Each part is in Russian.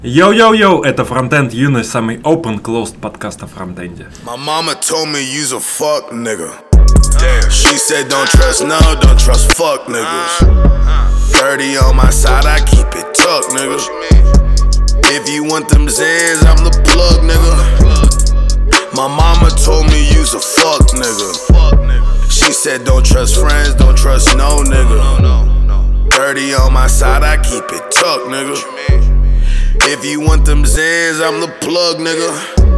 Йоу-йоу-йоу, это Фронтенд Юность, самый open-closed подкаст о фронтенде. My mama told me you's a fuck nigga. She said don't trust fuck niggas. 30 on my side, I keep it tucked, nigga. If you want them Zans, I'm the plug, nigga. My mama told me you's a fuck nigga. She said don't trust friends, don't trust no nigga. 30 on my side, I keep it tucked, nigga. If you want them Zans, I'm the plug, nigga.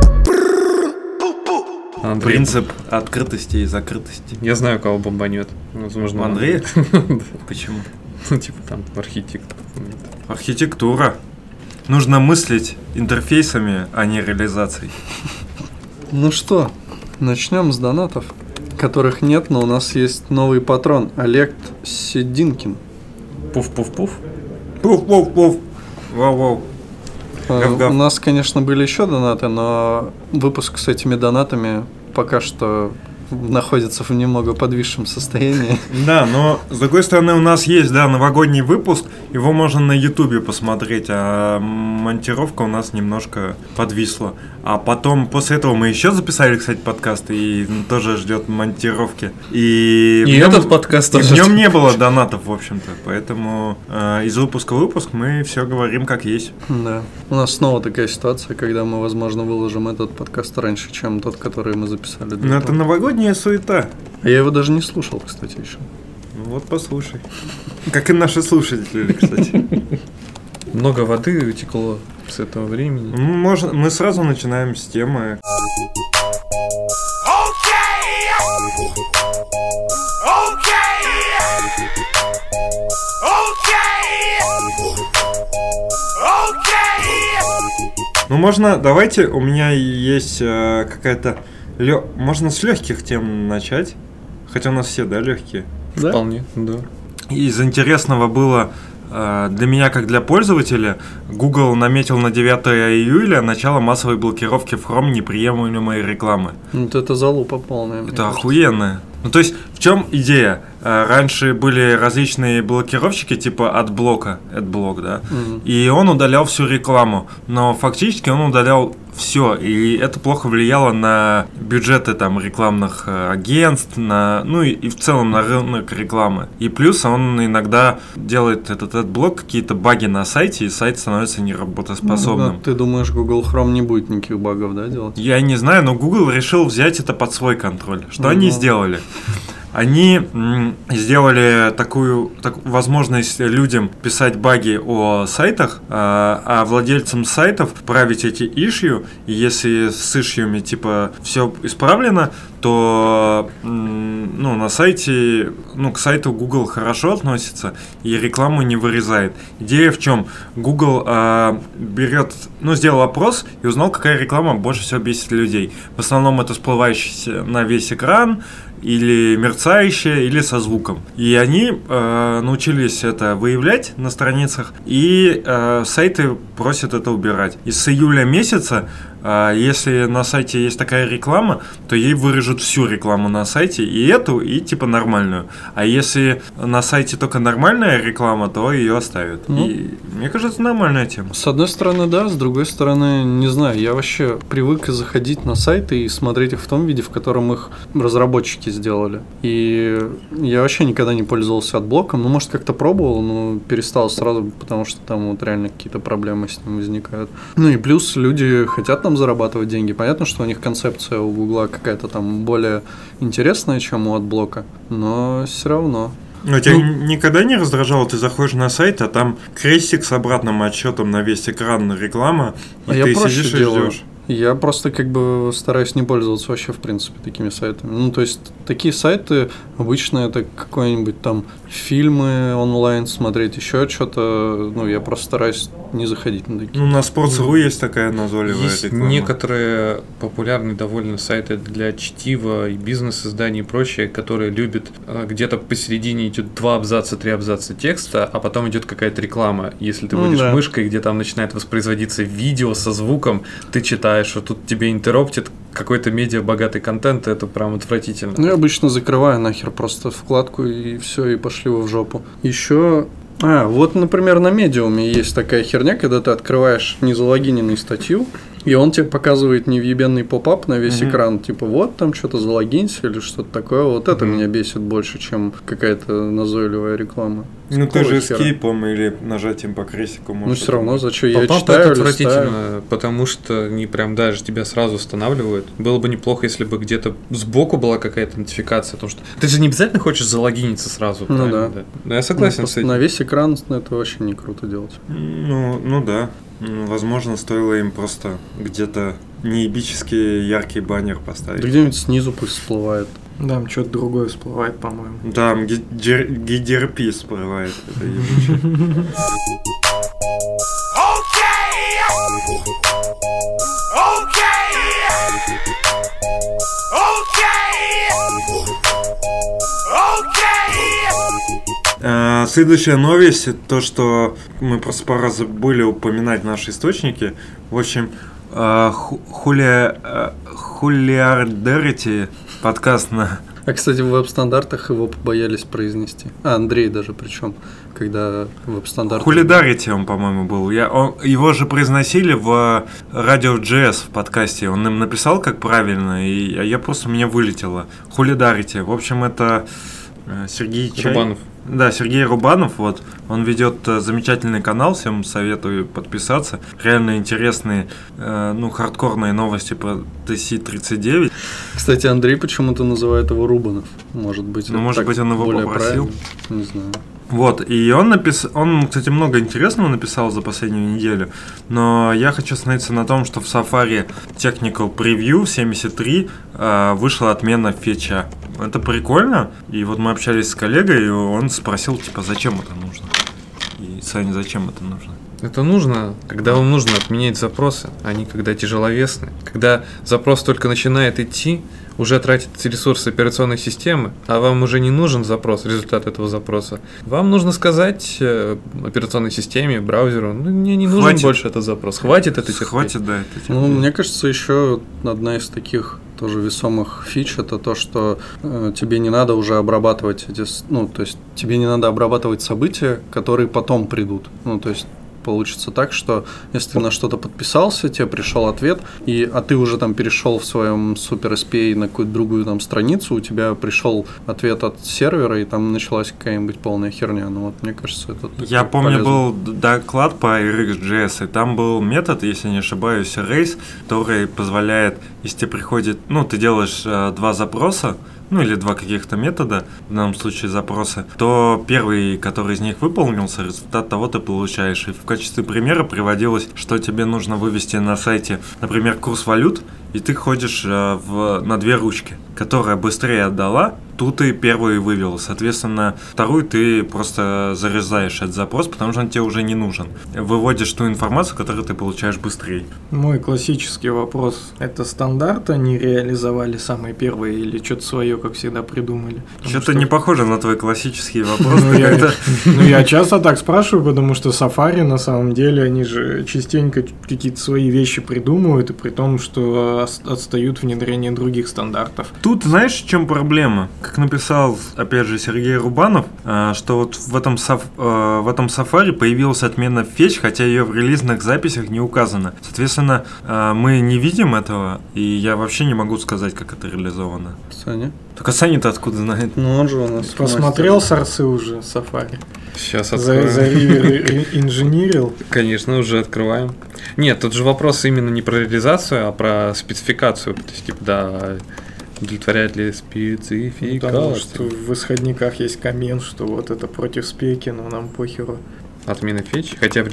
Принцип открытости и закрытости. Я знаю, кого бомбанет. Возможно, Андрея? Почему? Ну, типа там архитектор. Архитектура. Нужно мыслить интерфейсами, а не реализацией. Ну что, начнем с донатов, которых нет, но у нас есть новый патрон. Олег Сединкин. Пуф-пуф-пуф. Пуф-пуф-пуф. Вау-вау. У нас, конечно, были еще донаты, но выпуск с этими донатами пока что находится в немного подвисшем состоянии. Да, но с другой стороны у нас есть, новогодний выпуск, его можно на Ютубе посмотреть, а монтировка у нас немножко подвисла. А потом, после этого мы еще записали, кстати, подкаст, и тоже ждет монтировки. И этот подкаст тоже. В нем не было донатов, в общем-то, поэтому из выпуска в выпуск мы все говорим как есть. Да. У нас снова такая ситуация, когда мы, возможно, выложим этот подкаст раньше, чем тот, который мы записали. Но это новогодняя суета. А я его даже не слушал, кстати, еще. Ну вот послушай. Как и наши слушатели, кстати. Много воды утекло с этого времени. Мы сразу начинаем с темы. Ну можно, давайте, у меня есть какая-то... Можно с легких тем начать. Хотя у нас все, легкие. Да? Вполне, да. Из интересного было для меня, как для пользователя, Google наметил на 9 июля начало массовой блокировки в Chrome неприемлемой рекламы. Вот это залупа полная. Это охуенно. Ну, то есть, в чем идея? Раньше были различные блокировщики, типа AdBlock, да? И он удалял всю рекламу. Но фактически он удалял все. И это плохо влияло на бюджеты там рекламных агентств, и в целом на рынок рекламы. И плюс он иногда делает этот AdBlock, какие-то баги на сайте, и сайт становится неработоспособным. Ты думаешь, Google Chrome не будет никаких багов, да, делать? Я не знаю, но Google решил взять это под свой контроль. Что они сделали? Они сделали такую возможность людям писать баги о сайтах, а владельцам сайтов править эти issue. И если с ишьюми типа все исправлено, то на сайте, к сайту Google хорошо относится и рекламу не вырезает. Идея в чем? Google сделал опрос и узнал, какая реклама больше всего бесит людей. В основном это всплывающая на весь экран, или мерцающая, или со звуком. И они научились это выявлять на страницах, и сайты просят это убирать. И с июля месяца, если на сайте есть такая реклама, то ей вырежут всю рекламу на сайте, и эту, и типа нормальную. А если на сайте только нормальная реклама, то ее оставят. И мне кажется, это нормальная тема. С одной стороны, да, с другой стороны, не знаю, я вообще привык заходить на сайты и смотреть их в том виде, в котором их разработчики сделали. И я вообще никогда не пользовался AdBlock'ом. Может, как-то пробовал, но перестал сразу, потому что там вот реально какие-то проблемы с ним возникают. И плюс люди хотят там зарабатывать деньги. Понятно, что у них концепция у Гугла какая-то там более интересная, чем у AdBlock'а, но все равно. Но тебя никогда не раздражало, ты заходишь на сайт, а там крестик с обратным отсчетом на весь экран реклама, и ты сидишь и ждешь. Я просто стараюсь не пользоваться вообще, в принципе, такими сайтами. То есть, такие сайты обычно это какой-нибудь там фильмы онлайн смотреть, еще что-то. Я просто стараюсь не заходить на такие. На Sports.ru есть такая назойливая реклама. Некоторые популярные довольно сайты для чтива и бизнес-изданий и прочее, которые любят где-то посередине идет 2 абзаца, 3 абзаца текста, а потом идет какая-то реклама. Если ты водишь мышкой, где там начинает воспроизводиться видео со звуком, ты читаешь, что тут тебе интероптит какой-то медиа-богатый контент, это прям отвратительно. Я обычно закрываю нахер просто вкладку и все, и пошли вы в жопу. Еще Вот, например, на Медиуме есть такая херня, когда ты открываешь незалогиненную статью, и он тебе показывает невъебенный поп-ап на весь экран, типа вот там что-то залогинься или что-то такое. Вот это меня бесит больше, чем какая-то назойливая реклама. Ну ты же эскейпом или нажатием по крестику можешь. Ну все равно, зачем я Поп-ап читаю, это отвратительно, листаю. потому что они прям даже тебя сразу останавливают. Было бы неплохо, если бы где-то сбоку была какая-то нотификация о том, что ты же не обязательно хочешь залогиниться сразу. Ну да. Но я согласен с этим. На весь экран это вообще не круто делать. Ну да. Возможно, стоило им просто где-то неебический яркий баннер поставить. Да где-нибудь снизу пусть всплывает. Да, там что-то другое всплывает, по-моему. Там GDRP всплывает. Это ебучее. Следующая новость, то, что мы просто пора забыли упоминать наши источники. В общем, Хулиардерити подкаст на... А, кстати, в веб-стандартах его побоялись произнести. Андрей даже причем, когда веб-стандарт... Хулидарити он, по-моему, был. Его же произносили в Radio.js в подкасте. Он им написал, как правильно, и я просто, меня вылетело. Хулидарити. В общем, это Сергей Рубанов. Да, Сергей Рубанов, вот, он ведет замечательный канал, всем советую подписаться. Реально интересные, хардкорные новости про TC-39. Кстати, Андрей почему-то называет его Рубанов. Может быть, он его попросил. Не знаю. Вот, и он, кстати, много интересного написал за последнюю неделю, но я хочу остановиться на том, что в Safari Technical Preview 73 вышла отмена фетча. Это прикольно, и вот мы общались с коллегой, и он спросил, типа, зачем это нужно? И, Саня, зачем это нужно? Это нужно, когда вам нужно отменять запросы, а не когда тяжеловесные. Когда запрос только начинает идти, уже тратите ресурсы операционной системы, а вам уже не нужен запрос, результат этого запроса. Вам нужно сказать операционной системе, браузеру, мне не нужен больше этот запрос, хватит это терпеть. Хватит, да, это терпеть. Мне кажется, еще одна из таких тоже весомых фич — это то, что тебе не надо уже обрабатывать то есть тебе не надо обрабатывать события, которые потом придут. То есть получится так, что если ты на что-то подписался, тебе пришел ответ, а ты уже там перешел в своем Super SPA на какую-то другую там страницу, у тебя пришел ответ от сервера, и там началась какая-нибудь полная херня. Мне кажется, это Я помню, полезно. был доклад по RxJS, и там был метод, если не ошибаюсь, Race, который позволяет, если тебе приходит, ты делаешь 2 запроса, или 2 каких-то метода, в данном случае запроса, то первый, который из них выполнился, результат того ты получаешь. И в качестве примера приводилось, что тебе нужно вывести на сайте, например, курс валют, и ты ходишь на 2 ручки, которая быстрее отдала, ту ты первую вывел. Соответственно, вторую ты просто зарезаешь этот запрос, потому что он тебе уже не нужен. Выводишь ту информацию, которую ты получаешь быстрее. Мой классический вопрос. Это стандарт они реализовали самые первые или что-то свое, как всегда, придумали? Что-то не похоже на твой классический вопрос. Я часто так спрашиваю, потому что Safari, на самом деле, они же частенько какие-то свои вещи придумывают, и при том, что отстают внедрение других стандартов. Тут знаешь, в чем проблема? Как написал, опять же, Сергей Рубанов, что вот в этом Safari появилась отмена фетч, хотя ее в релизных записях не указано. Соответственно, мы не видим этого, и я вообще не могу сказать, как это реализовано. Саня? Только Саня-то откуда знает? Он же у нас Посмотрел сорсы уже Safari? Сейчас откроем. За ривер инженерил? Конечно, уже открываем. Нет, тут же вопрос именно не про реализацию, а про спецификацию. То есть, удовлетворяет ли спецификацию? Потому что в исходниках есть коммент, что вот это против спеки, но нам похеру. Отмена фетч? Хотя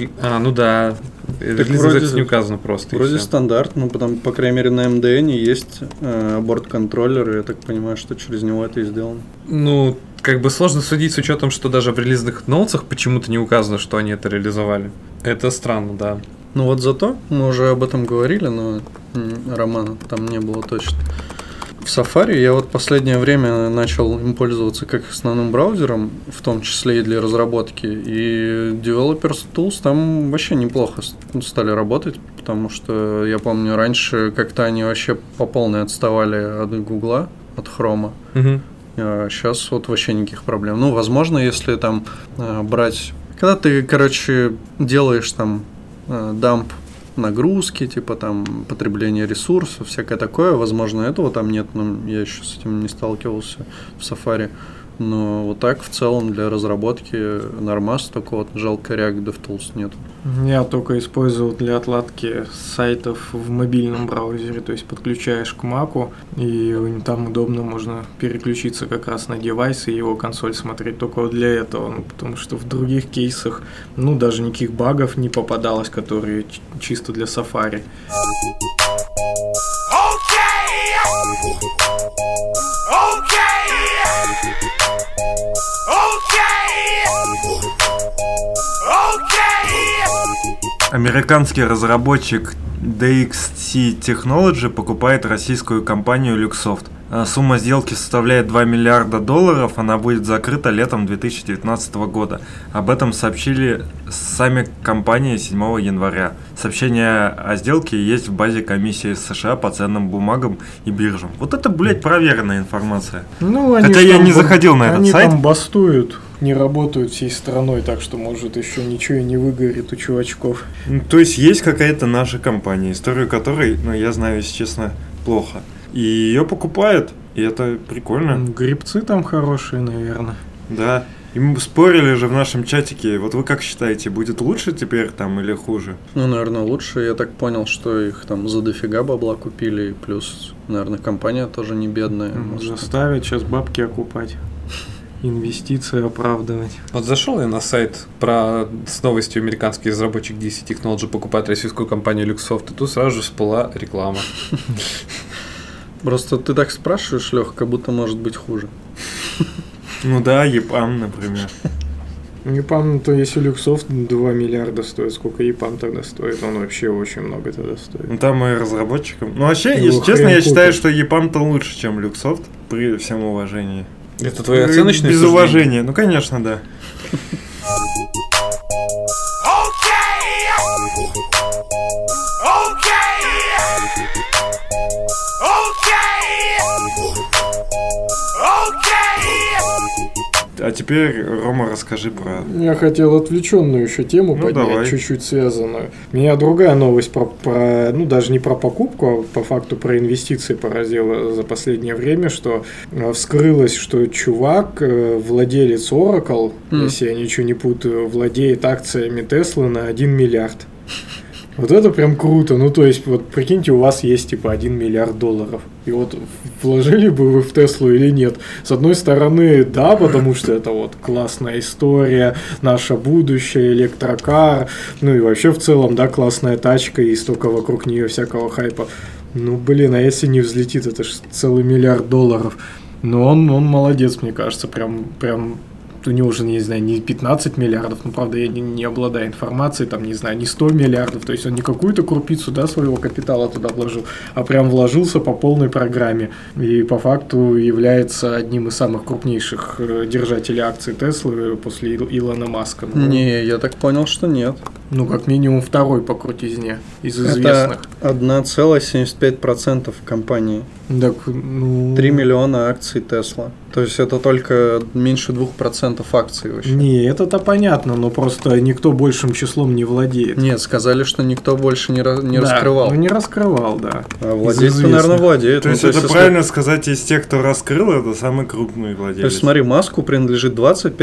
релиз не указано просто. Вроде стандарт, потом, по крайней мере, на MDN есть борт-контроллер, и я так понимаю, что через него это и сделано. Сложно судить с учетом, что даже в релизных ноутсах почему-то не указано, что они это реализовали. Это странно, да. Зато мы уже об этом говорили, но романа там не было точно. В Safari я последнее время начал им пользоваться как основным браузером, в том числе и для разработки. И Developers Tools там вообще неплохо стали работать, потому что я помню, раньше как-то они вообще по полной отставали от Гугла, от Хрома. Угу. А сейчас вообще никаких проблем. Возможно, если там брать Когда ты, короче, делаешь там дамп нагрузки, типа там потребление ресурсов, всякое такое, возможно, этого там нет, но я еще с этим не сталкивался в Safari. Но вот так в целом для разработки нормас, только вот жалко React DevTools нет. Я только использовал для отладки сайтов в мобильном браузере, то есть подключаешь к Mac'у, и там удобно можно переключиться как раз на девайс и его консоль смотреть только вот для этого, потому что в других кейсах, даже никаких багов не попадалось, которые чисто для Safari. Американский разработчик DXC Technology покупает российскую компанию Luxoft. Сумма сделки составляет $2 миллиарда, она будет закрыта летом 2019 года. Об этом сообщили сами компании 7 января. Сообщение о сделке есть в базе комиссии США по ценным бумагам и биржам. Вот это, блядь, проверенная информация. Хотя я не заходил на этот сайт. Они там бастуют, не работают всей страной, так что, может, еще ничего и не выгорит у чувачков. То есть есть какая-то наша компания, историю которой, я знаю, если честно, плохо. И ее покупают, и это прикольно. Грибцы там хорошие, наверное. Да. И мы спорили же в нашем чатике. Вот вы как считаете, будет лучше теперь там или хуже? Наверное, лучше. Я так понял, что их там за дофига бабла купили. И плюс, наверное, компания тоже не бедная. Заставят сейчас бабки окупать. Инвестиции оправдывать. Вот зашел я на сайт с новостью: американский разработчик DC Technology покупает российскую компанию Luxoft, и тут сразу же всплыла реклама. Просто ты так спрашиваешь, Лех, как будто может быть хуже. Да, EPAM, например. EPAM, то если Luxoft 2 миллиарда стоит, сколько EPAM тогда стоит? Он вообще очень много тогда стоит. Там и разработчикам. Вообще, если честно, я считаю, что EPAM-то лучше, чем Luxoft, при всем уважении. Это твои оценочные без уважения, конечно, да. А теперь, Рома, расскажи про... Я хотел отвлеченную еще тему поднять, давай. Чуть-чуть связанную. Меня другая новость даже не про покупку, а по факту про инвестиции поразила за последнее время, что вскрылось, что чувак, владелец Oracle, если я ничего не путаю, владеет акциями Tesla на 1 миллиард. Вот это прям круто. То есть, вот прикиньте, у вас есть типа $1 миллиард. И вот вложили бы вы в Теслу или нет? С одной стороны, да, потому что это вот классная история, наше будущее, электрокар, и вообще в целом, да, классная тачка и столько вокруг нее всякого хайпа. А если не взлетит, это же целый $1 миллиард. Но он молодец, мне кажется, прям у него уже, не знаю, не 15 миллиардов, правда, я не обладаю информацией, там, не знаю, не 100 миллиардов, то есть он не какую-то крупицу, да, своего капитала туда вложил, а прям вложился по полной программе, и по факту является одним из самых крупнейших держателей акций Теслы после Илона Маска. Не, я так понял, что нет. Как минимум второй по крутизне из известных. Это 1,75% компании. Так, 3 миллиона акций Тесла. То есть это только меньше 2% акций вообще. Не, это-то понятно, но просто никто большим числом не владеет. Нет, сказали, что никто больше не раскрывал. Не раскрывал, да. А владельцы, наверное, владеют. То есть это правильно сказать, из тех, кто раскрыл, это самый крупный владелец. То есть смотри, Маску принадлежит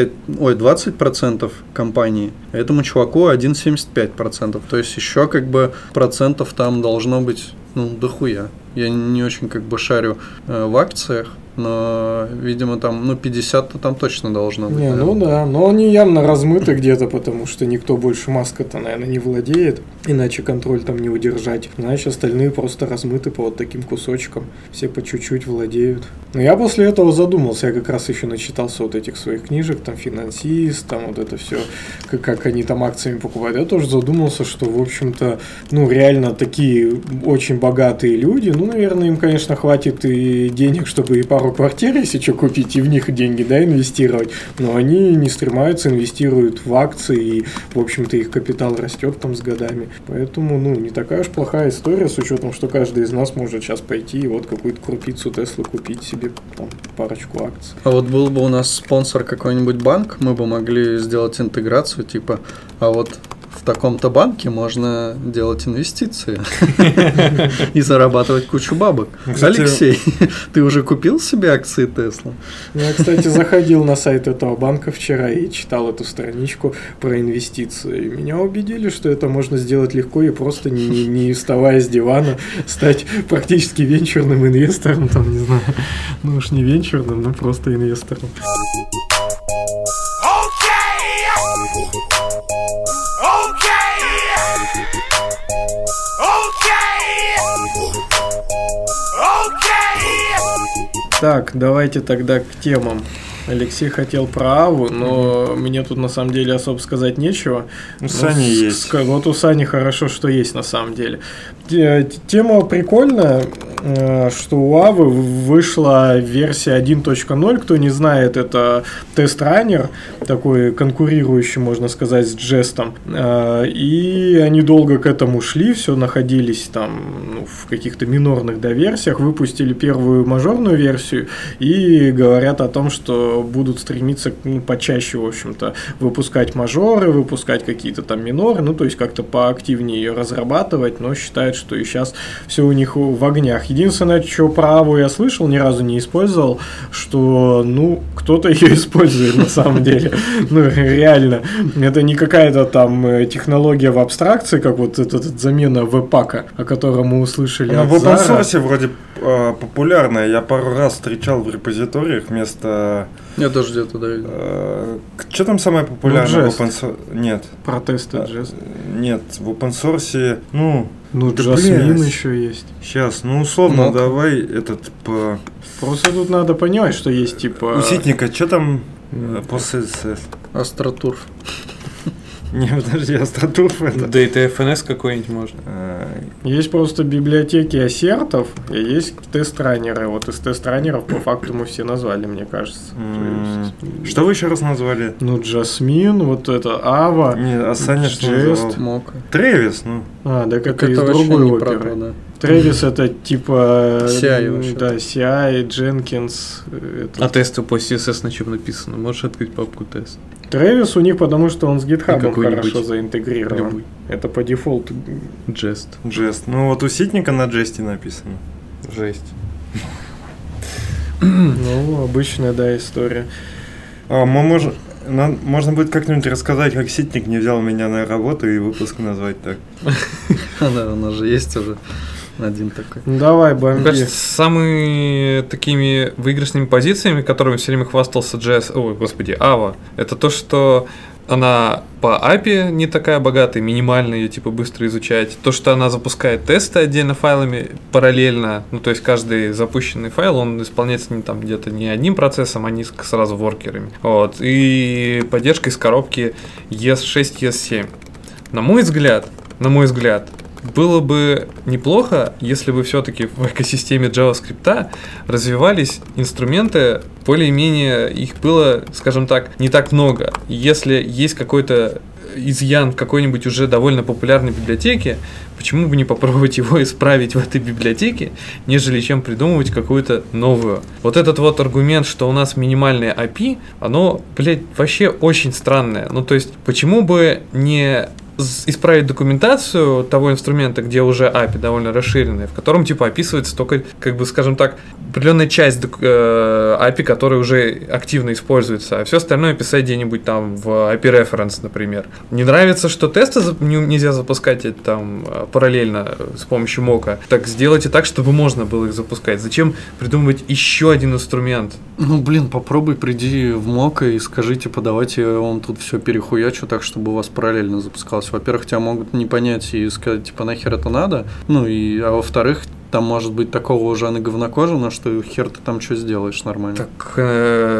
20% компании, а этому чуваку 1,75%. То есть еще процентов там должно быть, дохуя. Я не очень шарю в акциях, но, видимо, там, 50-то там точно должно быть. Но они явно размыты где-то, потому что никто больше Маска-то, наверное, не владеет, иначе контроль там не удержать. Значит, остальные просто размыты по вот таким кусочкам, все по чуть-чуть владеют. Но я после этого задумался, я как раз еще начитался вот этих своих книжек, там, «Финансист», там, вот это все, как они там акциями покупают. Я тоже задумался, что, в общем-то, реально такие очень богатые люди, наверное, им, конечно, хватит и денег, чтобы и пару пару квартир, если что, купить и в них деньги, да, инвестировать. Но они не стремаются, инвестируют в акции, и, в общем-то, их капитал растет там с годами. Поэтому, не такая уж плохая история, с учетом, что каждый из нас может сейчас пойти и вот какую-то крупицу Теслы купить себе, там, парочку акций. А вот был бы у нас спонсор какой-нибудь банк, мы бы могли сделать интеграцию, типа, а вот в таком-то банке можно делать инвестиции и зарабатывать кучу бабок. Алексей, ты уже купил себе акции Tesla? Я, кстати, заходил на сайт этого банка вчера и читал эту страничку про инвестиции. И меня убедили, что это можно сделать легко и просто не вставая с дивана, стать практически венчурным инвестором, там, не знаю, ну уж не венчурным, но просто инвестором. Так, давайте тогда к темам. Алексей хотел про Аву, но мне тут на самом деле особо сказать нечего. У Сани есть. Вот у Сани хорошо, что есть на самом деле. Тема прикольная, что у Авы вышла версия 1.0. Кто не знает, это тест-раннер, такой конкурирующий, можно сказать, с Джестом. И они долго к этому шли, все находились там в каких-то минорных версиях, выпустили первую мажорную версию и говорят о том, что будут стремиться почаще, в общем-то, выпускать мажоры, выпускать какие-то там миноры, то есть как-то поактивнее ее разрабатывать, но считают, что и сейчас все у них в огнях. Единственное, что про Аву я слышал, ни разу не использовал, что, кто-то ее использует на самом деле. Реально. Это не какая-то там технология в абстракции, как вот эта замена веб-пака, о котором мы услышали от в open Zara. source вроде популярная. Я пару раз встречал в репозиториях вместо... Я тоже где-то, да, видел. Что там самое популярное в Jest. open source? Нет. Протесты Jest. Нет, в open source, Jasmine еще есть. Сейчас, условно, давай этот по... Просто тут надо понимать, что есть типа... У Ситника, что там по CSS? Астротурф. Не, подожди, Астротурф это... DataFNS какой-нибудь можно. Есть просто библиотеки ассертов, и есть тест-раннеры. Вот из тест-раннеров по факту мы все назвали, мне кажется. Что вы еще раз назвали? Jasmine, вот это Ava. Не, Саня что назвал? Мока. Тревис, Так Так это из это вообще другой не про оперы. то, да. Тревис это типа... CI вообще. Да, CI, Jenkins. А тесты по CSS на чем написано? Можешь открыть папку тест? Тревис у них, потому что он с GitHub какой-нибудь хорошо заинтегрирован. любой. Это по дефолту. Jest. Jest. Вот у Ситника на Джесте написано. Жесть. Обычная, история. Можно будет как-нибудь рассказать, как Ситник не взял меня на работу и выпуск назвать так. Да, у нас же есть уже один такой. Давай, Мне бомби. кажется, самыми такими выигрышными позициями, которыми все время хвастался Ava, это то, что она по API не такая богатая, минимально ее быстро изучать. То, что она запускает тесты отдельно файлами параллельно, то есть каждый запущенный файл, он исполняется где-то не одним процессом, а несколько сразу воркерами. И поддержка из коробки ES6, ES7. На мой взгляд, было бы неплохо, если бы все-таки в экосистеме JavaScript развивались инструменты, более-менее их было, скажем так, не так много. Если есть какой-то изъян в какой-нибудь уже довольно популярной библиотеке, почему бы не попробовать его исправить в этой библиотеке, нежели чем придумывать какую-то новую. Вот этот вот аргумент, что у нас минимальное API, оно, вообще очень странное. То есть, почему бы не исправить документацию того инструмента, где уже API довольно расширенная, в котором описывается только, скажем так, определенная часть API, которая уже активно используется, а все остальное писать где-нибудь там в API Reference, например. Не нравится, что тесты нельзя запускать параллельно с помощью мока. Так сделайте так, чтобы можно было их запускать. Зачем придумывать еще один инструмент? Попробуй приди в мока и скажите, давайте я вам тут все перехуячу так, чтобы у вас параллельно запускалось. Во-первых, тебя могут не понять и сказать, нахер это надо, а во-вторых, там может быть такого уже на говнокожего, что хер ты там что сделаешь нормально.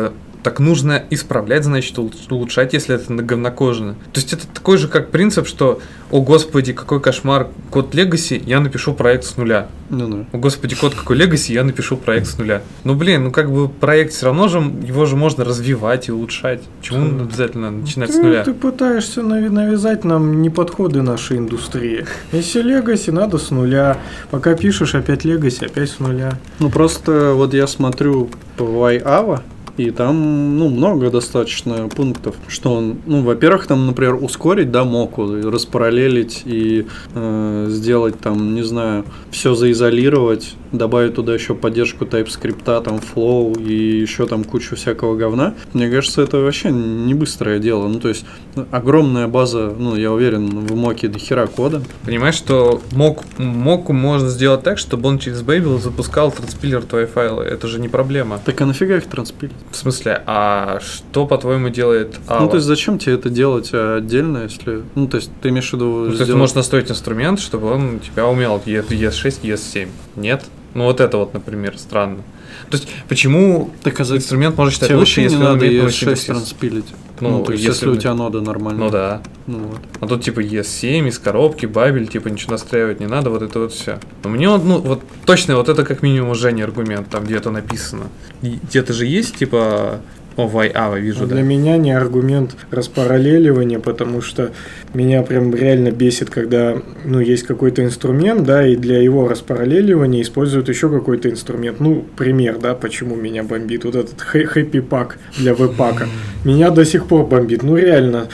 так нужно исправлять, значит, улучшать, если это говнокожено. То есть это такой же, как принцип, что, о господи, какой кошмар, код Legacy, я напишу проект с нуля. Ну-ну. О господи, код какой Legacy, я напишу проект с нуля. Ну, блин, ну как бы проект все равно же, его же можно развивать и улучшать. Почему обязательно начинать с нуля? Ты пытаешься навязать нам неподходы нашей индустрии. Если Legacy, надо с нуля. Пока пишешь опять Legacy, опять с нуля. Ну просто вот я смотрю по YAVA, и там, ну, много достаточно пунктов, что он, ну, во-первых, там, например, ускорить, да, моку, распараллелить и сделать там, не знаю, все заизолировать, добавить туда еще поддержку TypeScript, там, Flow и еще там кучу всякого говна. Мне кажется, это вообще не быстрое дело. Ну, то есть, огромная база, ну, я уверен, в моке до хера кода. Понимаешь, что моку можно сделать так, чтобы он через Babel запускал транспилер твои файлы. Это же не проблема. Так а нафига их транспилить? В смысле, а что, по-твоему, делает Ava? Ну, то есть, зачем тебе это делать отдельно, если... Ну, то есть, ты имеешь в виду... Ну, то есть, ты можешь настроить инструмент, чтобы он у тебя умел ES6, ES7. Нет? Ну, вот это вот, например, странно. То есть, почему инструмент может считать лучше, если он умеет ES6 транспилить? Ну, то есть, если у тебя нода нормальная. Ну, да. Ну, вот. А тут, типа, ES7 из коробки, Babel, типа, ничего настраивать не надо, вот это вот все. Но мне, ну, вот точно, вот это как минимум уже не аргумент, там где-то написано. Где-то же есть, типа... YAVA вижу, да. Для меня не аргумент распараллеливания, потому что меня прям реально бесит, когда, ну, есть какой-то инструмент, да, и для его распараллеливания используют еще какой-то инструмент. Ну, пример, да, почему меня бомбит. Вот этот Happy Pack для веб-пака. Меня до сих пор бомбит. Ну, реально.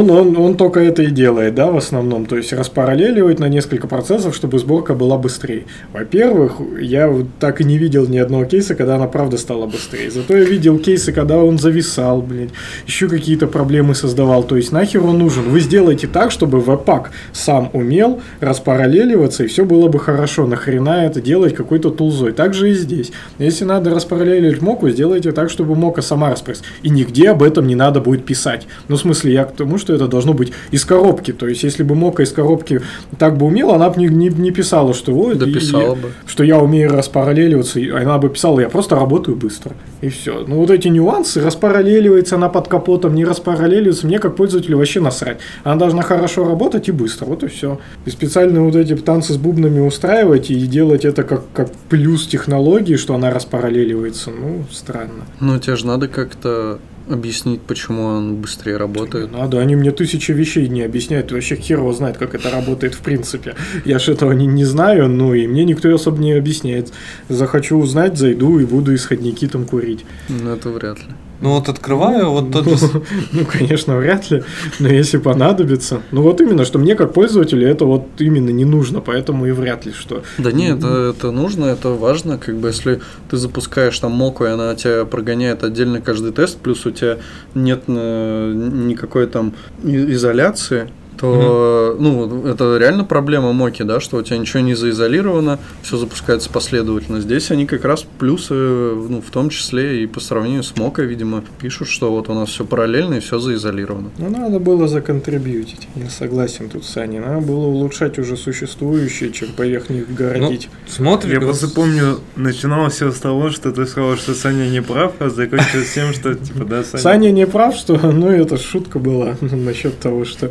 Он только это и делает, да, в основном. То есть, распараллеливать на несколько процессов, чтобы сборка была быстрее. Во-первых, я так и не видел ни одного кейса, когда она правда стала быстрее. Зато я видел кейсы, когда он зависал, блядь, еще какие-то проблемы создавал. То есть нахер он нужен? Вы сделаете так, чтобы веб-пак сам умел распараллеливаться, и все было бы хорошо. Нахрена это делать какой-то тулзой? Так же и здесь. Если надо распараллелить моку, сделайте так, чтобы мока сама распараллелилась. И нигде об этом не надо будет писать. Ну, в смысле, я к тому, что это должно быть из коробки. То есть, если бы мока из коробки так бы умела, она бы не писала, что вот, что я умею распараллеливаться. Она бы писала, я просто работаю быстро. И все. Ну, вот эти нюансы, распараллеливается она под капотом, не распараллеливается, мне как пользователю вообще насрать. Она должна хорошо работать и быстро, вот и все. И специально вот эти танцы с бубнами устраивать и делать это как плюс технологии, что она распараллеливается, ну, странно. Ну, тебе же надо как-то объяснить, почему он быстрее работает. Надо, они мне тысячи вещей не объясняют, вообще хер его знает, как это работает в принципе. Я же этого не знаю, ну и мне никто особо не объясняет. Захочу узнать, зайду и буду исходники там курить. Ну, это вряд ли. Ну вот открываю, вот тот же... Ну, конечно, вряд ли, но если понадобится. Ну, вот именно, что мне как пользователю это вот именно не нужно, поэтому и вряд ли что. Да нет, это нужно, это важно, как бы если ты запускаешь там моку, и она тебя прогоняет отдельно каждый тест, плюс у тебя нет никакой там изоляции, то, ну, это реально проблема моки, да, что у тебя ничего не заизолировано, все запускается последовательно. Здесь они как раз плюсы, ну, в том числе и по сравнению с мокой, видимо, пишут, что вот у нас все параллельно и все заизолировано. Ну, надо было законтрибьютить, я согласен тут с Аней, надо было улучшать уже существующие, чем поверх них городить. Ну, смотри, я просто помню, начиналось все с того, что ты сказал, что Саня не прав, а закончилось тем, что, типа, да, Саня не прав, что, ну, это шутка была насчет того, что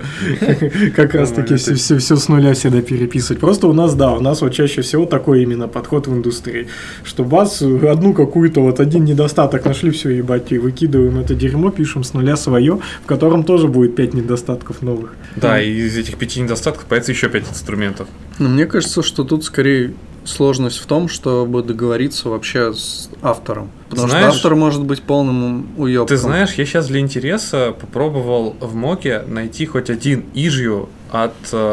как раз таки все с нуля всегда переписывать. Просто у нас вот чаще всего такой именно подход в индустрии, что баз, одну какую-то, вот один недостаток нашли, все, ебать, и выкидываем это дерьмо, пишем с нуля свое, в котором тоже будет 5 недостатков новых. Да, и из этих 5 недостатков появится еще 5 инструментов. Но мне кажется, что тут скорее сложность в том, чтобы договориться вообще с автором. Потому что автор может быть полным уёбком. Ты знаешь, я сейчас для интереса попробовал в моке найти хоть один issue от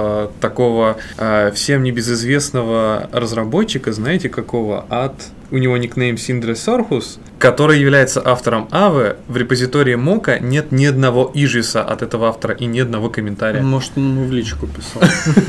такого всем небезызвестного разработчика, знаете какого? У него никнейм Sindre Sorhus, который является автором Авы. В репозитории мока нет ни одного ижиса от этого автора и ни одного комментария. Может, он ему в личку писал.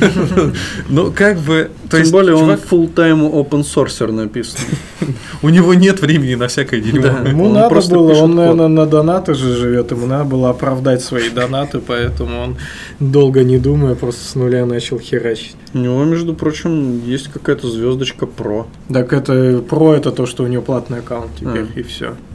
Ну, как бы... Тем более, он full-time open sourcer написан. У него нет времени на всякое дерьмо. Ему надо было, он, наверное, на донаты же живет, ему надо было оправдать свои донаты, поэтому он, долго не думая, просто с нуля начал херачить. У него, между прочим, есть какая-то звездочка Pro. Так это Pro, это то, что у него платный аккаунт теперь, и все.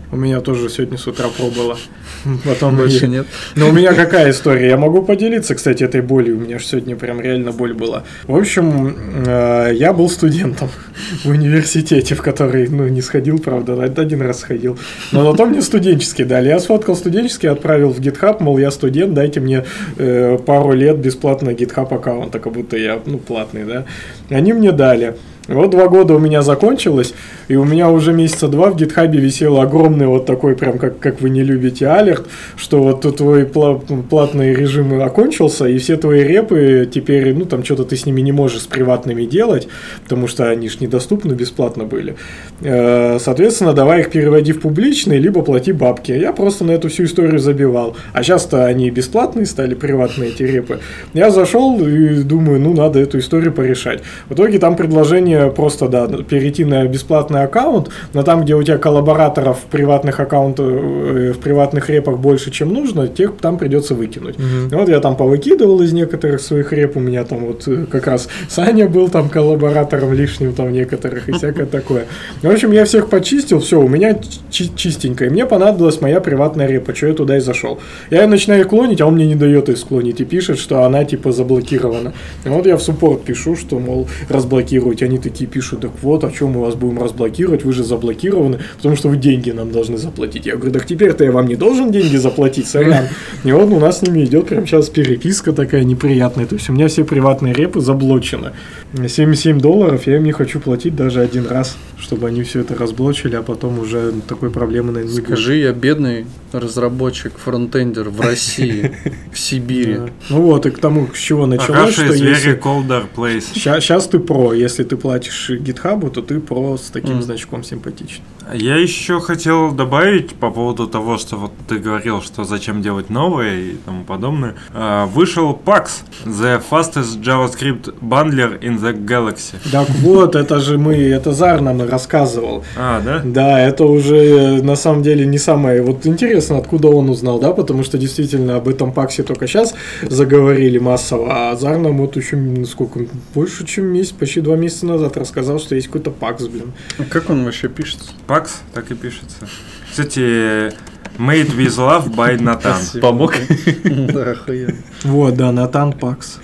У меня тоже сегодня с утра пробыло. Потом Больше нет. Но у меня какая история? Я могу поделиться, кстати, этой болью. У меня же сегодня прям реально боль была. В общем, я был студентом в университете, в который, не сходил, правда, один раз сходил. Но зато мне студенческий дали. Я сфоткал студенческий, отправил в GitHub, мол, я студент, дайте мне пару лет бесплатно GitHub аккаунта, как будто я, платный, да. Они мне дали. Вот 2 года у меня закончилось, и у меня уже месяца 2 в гитхабе висел огромный вот такой, прям как вы не любите, алерт, что вот твой платный режим окончился, и все твои репы теперь, там что-то ты с ними не можешь с приватными делать, потому что они ж недоступны бесплатно были. Соответственно, давай их переводи в публичные, либо плати бабки. Я просто на эту всю историю забивал. А сейчас-то они бесплатные стали, приватные эти репы. Я зашел и думаю, надо эту историю порешать. В итоге там предложение просто, перейти на бесплатный аккаунт, но там, где у тебя коллабораторов в приватных аккаунтах, в приватных репах больше, чем нужно, тех там придется выкинуть. Вот я там повыкидывал из некоторых своих реп, у меня там вот как раз Саня был там коллаборатором лишним там некоторых и всякое такое. В общем, я всех почистил, все, у меня чистенько, и мне понадобилась моя приватная репа, что я туда и зашел. Я ее начинаю клонить, а он мне не дает ее склонить и пишет, что она типа заблокирована. И вот я в суппорт пишу, что, мол, разблокировать. Они такие пишут, так вот, а что мы вас будем разблокировать, вы же заблокированы, потому что вы деньги нам должны заплатить. Я говорю, так теперь-то я вам не должен деньги заплатить, сорян. И вот у нас с ними идет прямо сейчас переписка такая неприятная, то есть у меня все приватные репы заблочены. $77 я им не хочу платить даже один раз, чтобы они все это разблочили, а потом уже такой проблемы, наверное, не будет. Скажи, я бедный разработчик, фронтендер в России, в Сибири. Ну вот, и к тому, с чего началось, что если... Сейчас ты про, если ты платишь GitHub, то ты про с таким значком симпатичный. Я еще хотел добавить по поводу того, что вот ты говорил, что зачем делать новое и тому подобное. Вышел PAX, The Fastest JavaScript Bundler in the Galaxy. Так вот, это Зар нам рассказывал. Да? Да, это уже на самом деле не самое... Вот интересно, откуда он узнал, да, потому что действительно об этом PAX только сейчас заговорили массово, а Зар нам вот еще больше, чем месяц, почти 2 месяца назад рассказал, что есть какой-то PAX, блин. А как он вообще пишется? PAX, так и пишется. Кстати, Made with Love by Nathan. Помог? Да, охуенно. Вот, да, Натан PAX.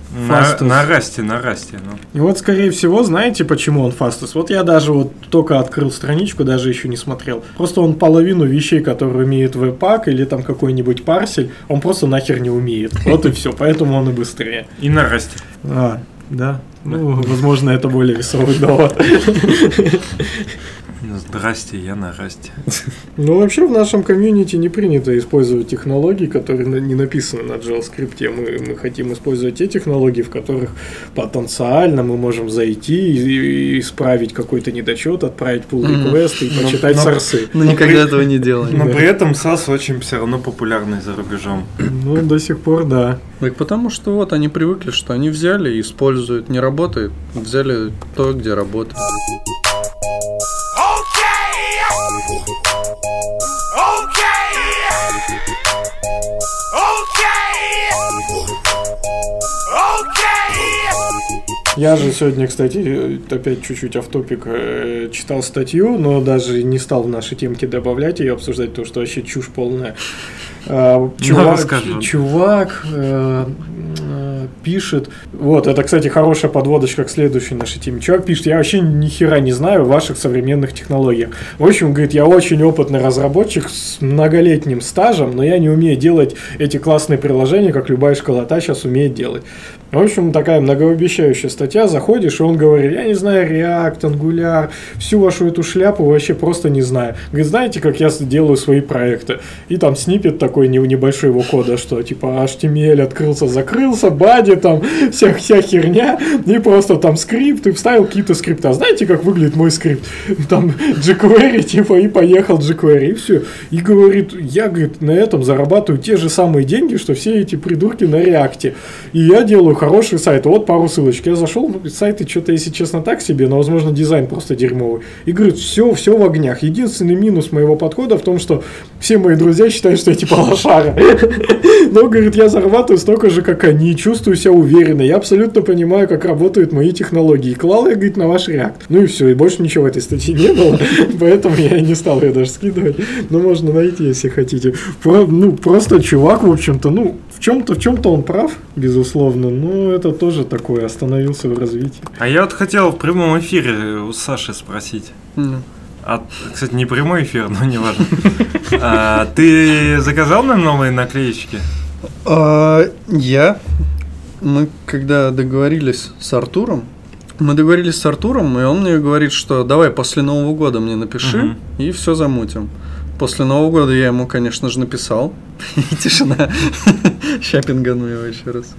На расте. И вот, скорее всего, знаете, почему он Fastest? Вот я даже вот только открыл страничку, даже еще не смотрел. Просто он половину вещей, которые умеет Webpack или там какой-нибудь парсель, он просто нахер не умеет. Вот и все, поэтому он и быстрее. И на расте. Да. Возможно, это более весовый довод. Здрасте, я на расте. Вообще в нашем комьюнити не принято использовать технологии, которые не написаны на JavaScript. Мы хотим использовать те технологии, в которых потенциально мы можем зайти и исправить какой-то недочет, отправить pull request и почитать сорсы. Но никогда этого не делаем. Но при этом SAS очень все равно популярный за рубежом. До сих пор, да. Так потому что вот они привыкли, что они взяли и используют, не работает, взяли то, где работает. Я же сегодня, кстати, опять чуть-чуть офф-топик, читал статью, но даже не стал в наши темки добавлять ее, обсуждать, потому что вообще чушь полная. Чувак пишет, вот, это, кстати, хорошая подводочка к следующей нашей теме. Чувак пишет, я вообще ни хера не знаю в ваших современных технологиях. В общем, говорит, я очень опытный разработчик с многолетним стажем, но я не умею делать эти классные приложения, как любая школота сейчас умеет делать. В общем, такая многообещающая статья, заходишь, и он говорит, я не знаю React, Angular, всю вашу эту шляпу вообще просто не знаю. Говорит, знаете, как я делаю свои проекты? И там сниппет такой небольшой его кода, что типа HTML открылся, закрылся, бади, там вся херня, и просто там скрипт, и вставил какие-то скрипты. А знаете, как выглядит мой скрипт? Там jQuery, типа, и поехал jQuery, и все. И говорит, я, говорит, на этом зарабатываю те же самые деньги, что все эти придурки на React. И я делаю хороший сайт. Вот пару ссылочек. Я зашел, сайты что-то, если честно, так себе, но, возможно, дизайн просто дерьмовый. И говорит, все в огнях. Единственный минус моего подхода в том, что все мои друзья считают, что я типа лошара. Но, говорит, я зарабатываю столько же, как они. Чувствую чувствую себя уверенно, я абсолютно понимаю, как работают мои технологии. Клал я, говорит, на ваш React. Ну и все, и больше ничего в этой статье не было, поэтому я и не стал ее даже скидывать. Но можно найти, если хотите. Просто чувак, в общем-то, в чем-то он прав, безусловно, но это тоже такое, остановился в развитии. А я вот хотел в прямом эфире у Саши спросить. Кстати, не прямой эфир, но не важно. Ты заказал нам новые наклеечки? Мы когда договорились с Артуром, и он мне говорит, что давай после Нового года мне напиши, и все замутим. После Нового года я ему, конечно же, написал. И тишина. Ща пингану его еще раз.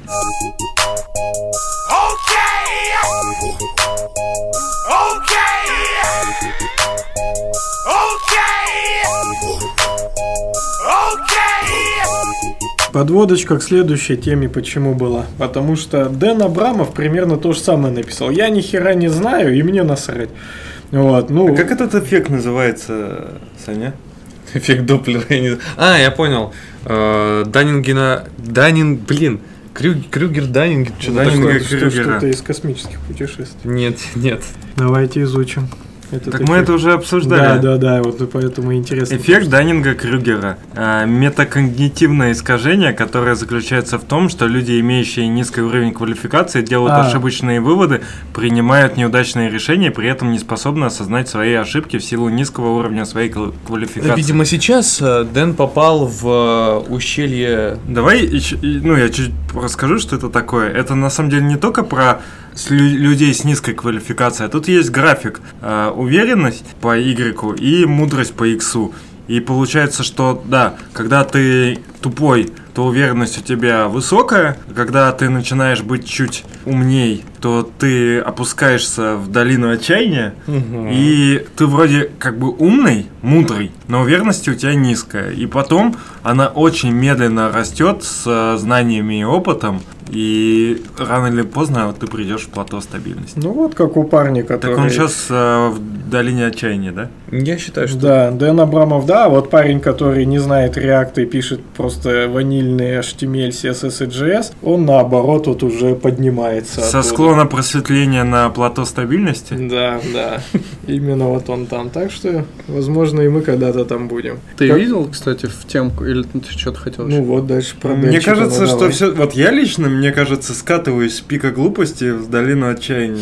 Подводочка к следующей теме почему была? Потому что Дэн Абрамов примерно то же самое написал. Я ни хера не знаю, и мне насрать. Вот, А как этот эффект называется, Саня? Эффект Доплера. Я понял. Крюгер-Даннинг. Что-то из космических путешествий. Нет. Давайте изучим. Мы это уже обсуждали. Да, вот поэтому интересно. Эффект Даннинга-Крюгера. Метакогнитивное искажение, которое заключается в том, что люди, имеющие низкий уровень квалификации, делают ошибочные выводы, принимают неудачные решения, при этом не способны осознать свои ошибки в силу низкого уровня своей квалификации. Видимо, сейчас Дэн попал в ущелье... Давай, я чуть расскажу, что это такое. Это на самом деле не только про людей с низкой квалификацией. Тут есть график. Уверенность по Y и мудрость по X. И получается, что да, когда ты тупой, то уверенность у тебя высокая. Когда ты начинаешь быть чуть умней, то ты опускаешься в долину отчаяния. И ты вроде как бы умный, мудрый, но уверенность у тебя низкая. И потом она очень медленно растет с знаниями и опытом. И рано или поздно ты придешь в плато стабильности. Ну вот как у парня, который... Так он сейчас в долине отчаяния, да? Я считаю, что... Да, Дэн Абрамов, да, вот парень, который не знает React и пишет просто ванильный HTML, CSS и JS, он наоборот вот уже поднимается. Со склона просветления на плато стабильности? Да. Именно вот он там. Так что, возможно, и мы когда-то там будем. Ты видел, кстати, в темку, или ты что-то хотел? Ну вот дальше про Мне кажется, что все... Вот я лично, мне кажется, скатываюсь с пика глупости в долину отчаяния.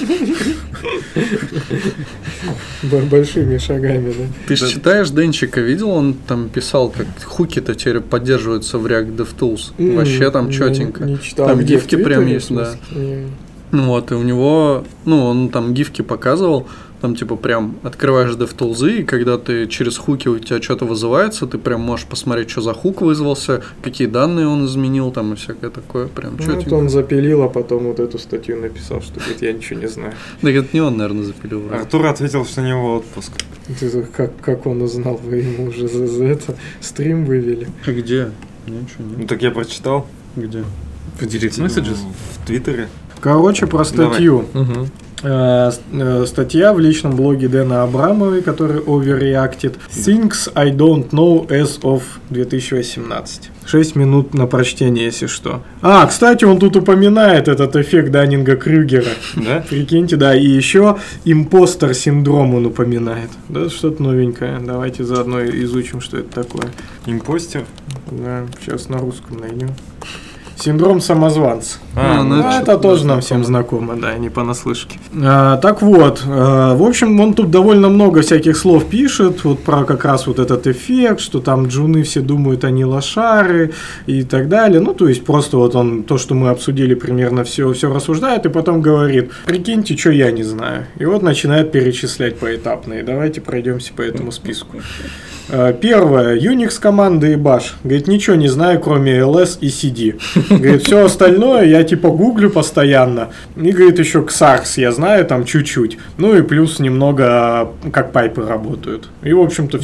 Большими шагами, да. Ты же читаешь Денчика, видел, он там писал, как хуки-то теперь поддерживаются в React DevTools. Вообще там четенько. Не читал. Там гифки прям есть, да. Вот, и у него, он там гифки показывал, там типа прям открываешь DevTools, и когда ты через хуки у тебя что-то вызывается, ты прям можешь посмотреть, что за хук вызвался, какие данные он изменил, там и всякое такое, прям четенько. Вот он запилил, а потом вот эту статью написал, что говорит, я ничего не знаю. Да это не он, наверное, запилил. Артур ответил, что у него отпуск. Как он узнал, вы ему уже за это стрим вывели. Где? Ничего нет. Ну так я прочитал. Где? В Direct Messages? В Твиттере. Короче, про статью. Статья в личном блоге Дэна Абрамова, который overreacted. Things I don't know as of 2018. 6 минут на прочтение, если что. Кстати, он тут упоминает этот эффект Даннинга-Крюгера. Да? Прикиньте, да. И еще импостер-синдром он упоминает. Да, что-то новенькое. Давайте заодно изучим, что это такое. Импостер? Да, сейчас на русском найдем. Синдром самозванца. Это это тоже нам всем знакомо, да, не понаслышке. Так вот, в общем, он тут довольно много всяких слов пишет, вот про как раз вот этот эффект, что там джуны все думают, они лошары и так далее. Ну, то есть, просто вот он, то, что мы обсудили, примерно все рассуждает, и потом говорит, прикиньте, что я не знаю. И вот начинает перечислять поэтапно. И давайте пройдемся по этому списку. Первое. Unix команды и bash. Говорит, ничего не знаю, кроме ls и cd. Говорит, все остальное я типа гуглю постоянно. И говорит, еще XARS я знаю там чуть-чуть. Ну и плюс немного, как пайпы работают. И в общем-то все.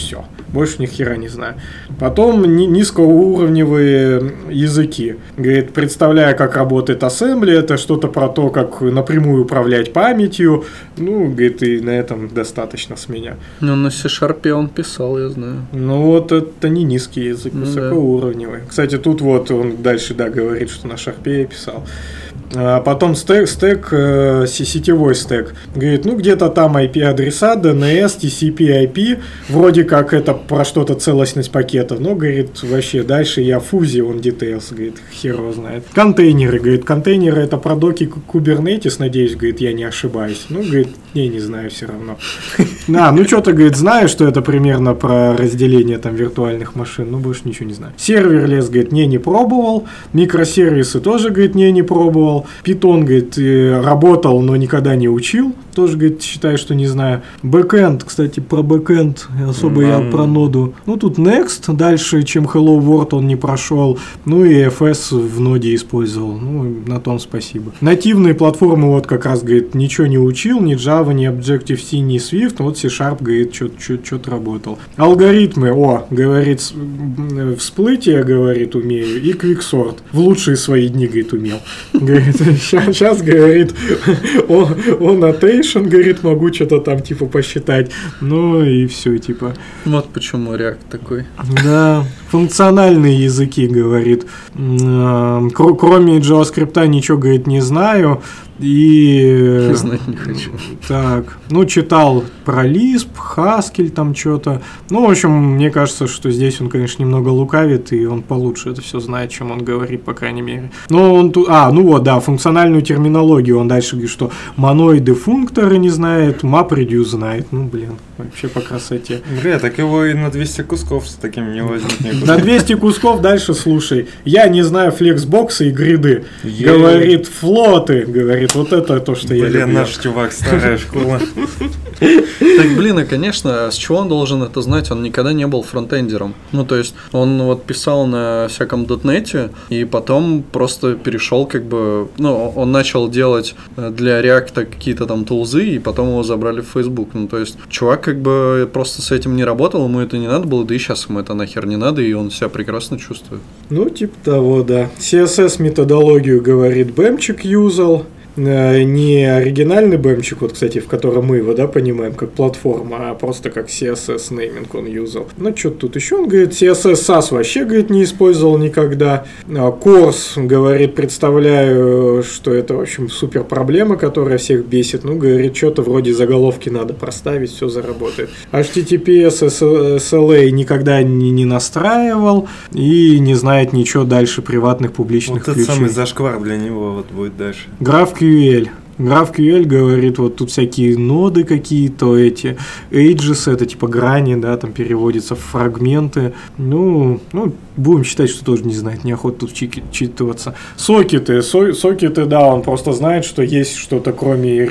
больше ни хера не знаю. Потом низкоуровневые языки. Говорит, представляя, как работает ассембли, это что-то про то, как напрямую управлять памятью. Ну, говорит, и на этом достаточно с меня. Ну, на C# он писал, я знаю. Ну, вот это не низкий язык, высокоуровневый. Кстати, тут вот он дальше, да, говорит, что на Sharp писал. А потом стэк, сетевой стэк. Говорит, ну где-то там IP-адреса, DNS, TCP/IP. Вроде как это про что-то целостность пакета. Но, говорит, вообще дальше я фузи, он details, говорит, хер его знает. Контейнеры, говорит, контейнеры это про доки Kubernetes, надеюсь, говорит, я не ошибаюсь. Ну, говорит, не знаю все равно. Ну что-то, говорит, знаю, что это примерно про разделение там виртуальных машин, но больше ничего не знаю. Серверлес, говорит, не пробовал. Микросервисы тоже, говорит, не пробовал. Python, говорит, работал, но никогда не учил. Тоже, говорит, считаю, что не знаю. Бэкэнд, кстати, про бэкэнд особо я про ноду. Ну, тут Next, дальше, чем Hello World он не прошел. Ну, и FS в ноде использовал. Ну, на том спасибо. Нативные платформы, вот как раз, говорит, ничего не учил, ни Java, ни Objective-C, ни Swift. Вот C#, говорит, что-то работал. Алгоритмы, говорит, всплытие, говорит, умею, и Quicksort. В лучшие свои дни, говорит, умел. Говорит, сейчас, говорит, annotation, говорит, могу что-то там, типа, посчитать. Ну, и все, типа. Вот почему React такой. Да, функциональные языки, говорит. Кроме JavaScript ничего, говорит, не знаю. И... Знать не хочу. Так, ну, читал про Lisp, Haskell там что-то. Ну, в общем, мне кажется, что здесь он, конечно, немного лукавит, и он получше это все знает, чем он говорит, по крайней мере. Но он тут... функциональную терминологию. Он дальше говорит, что моноиды функторы не знает, MapReduce знает. Ну, блин, вообще по красоте. Бля, так его и на 200 кусков с таким не возьмут никуда. На 200 кусков дальше слушай. Я не знаю флексбоксы и гриды. Говорит, флоты, говорит. Вот это то, что я люблю. Блин, наш чувак, старая школа. Так, блин, и, конечно, с чего он должен это знать? Он никогда не был фронтендером. Ну, то есть, он вот писал на всяком .NET, и потом просто перешел, как бы, ну, он начал делать для React какие-то там тулзы, и потом его забрали в Facebook. Ну, то есть, чувак как бы просто с этим не работал, ему это не надо было, да и сейчас ему это нахер не надо, и он себя прекрасно чувствует. Ну, типа того, да. CSS методологию, говорит, бэмчик юзал. Не оригинальный бэмчик, вот, кстати, в котором мы его, да, понимаем, как платформа, а просто как CSS нейминг он юзал. Ну, что тут еще? Он говорит, CSS SAS вообще, говорит, не использовал никогда. Course, говорит, представляю, что это, в общем, супер проблема, которая всех бесит. Ну, говорит, что-то вроде заголовки надо проставить, все заработает. HTTPS, SLA никогда не настраивал и не знает ничего дальше приватных публичных ключей. Вот это самый зашквар для него вот будет дальше. GraphQL, говорит, вот тут всякие ноды какие-то, эти edges, это типа грани, да, там переводится в фрагменты. Ну, будем считать, что тоже не знает, неохота тут читываться. Сокеты, да, он просто знает, что есть что-то, кроме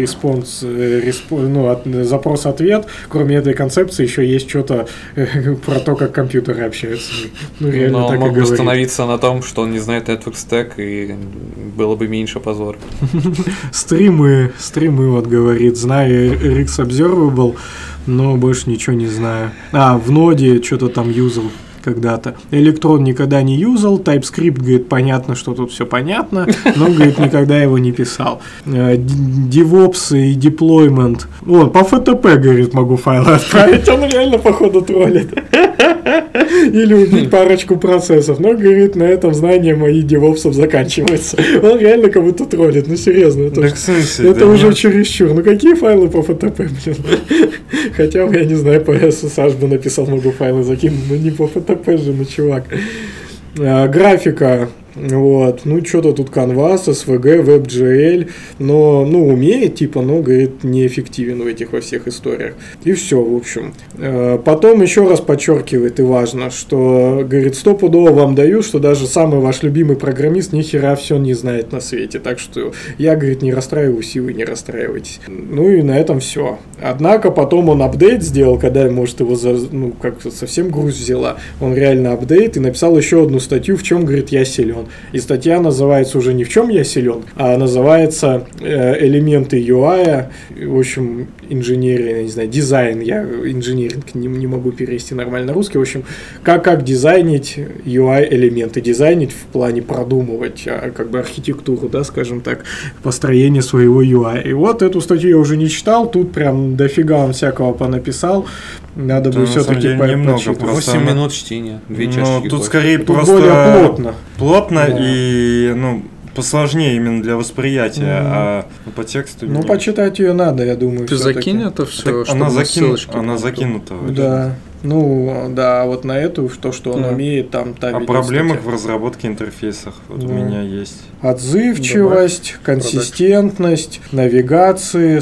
запрос-ответ, кроме этой концепции еще есть что-то про то, как компьютеры общаются. Ну, реально но так он мог и говорит. остановиться на том, что он не знает Network Stack, и было бы меньше позора. Стримы, вот говорит, знаю RX Observable, но больше ничего не знаю. В ноде что-то там юзал когда-то. Электрон никогда не юзал, TypeScript, говорит, понятно, что тут все понятно, но, говорит, никогда его не писал. DevOps и Deployment. По FTP, говорит, могу файлы отправить, он реально, походу, троллит. Или убить парочку процессов. Но, говорит, на этом знания мои девопсов заканчиваются. Он реально как будто троллит. Ну, серьезно. Это уже чересчур. Ну, какие файлы по FTP, блин? Хотя бы, я не знаю, по SSH бы написал, могу файлы закинуть. Но не по FTP же, ну, чувак. Графика. Вот, ну что-то тут Canvas, SVG, WebGL, но, умеет, типа, но, говорит, неэффективен в этих во всех историях. И все, в общем. Потом еще раз подчеркивает, и важно, что, говорит, стопудово вам даю, что даже самый ваш любимый программист ни хера все не знает на свете. Так что я, говорит, не расстраиваюсь, и вы не расстраивайтесь. Ну и на этом все. Однако потом он апдейт сделал, когда, может, его как-то совсем грусть взяла. Он реально апдейт и написал еще одну статью, в чем, говорит, я силен. И статья называется уже не «В чем я силен», а называется «Элементы UI». В общем, инженерия, я не знаю, дизайн. Я инженеринг не могу перевести нормально на русский. В общем, как дизайнить UI-элементы. Дизайнить в плане продумывать как бы архитектуру, да, скажем так, построение своего UI. И вот эту статью я уже не читал. Тут прям дофига он всякого понаписал. Надо бы все-таки немного. 8 минут чтения. 2 чашечки. Ну, тут скорее Тут просто более плотно. Плотно Да. и, посложнее именно для восприятия, а по тексту... Ну, почитать ее надо, я думаю. Ты всё-таки. закинь это все, Так она закинута. Да. Ну, да, вот на эту, то, что он умеет, там та О проблемах в разработке интерфейсов вот у меня есть. Отзывчивость, консистентность, навигации,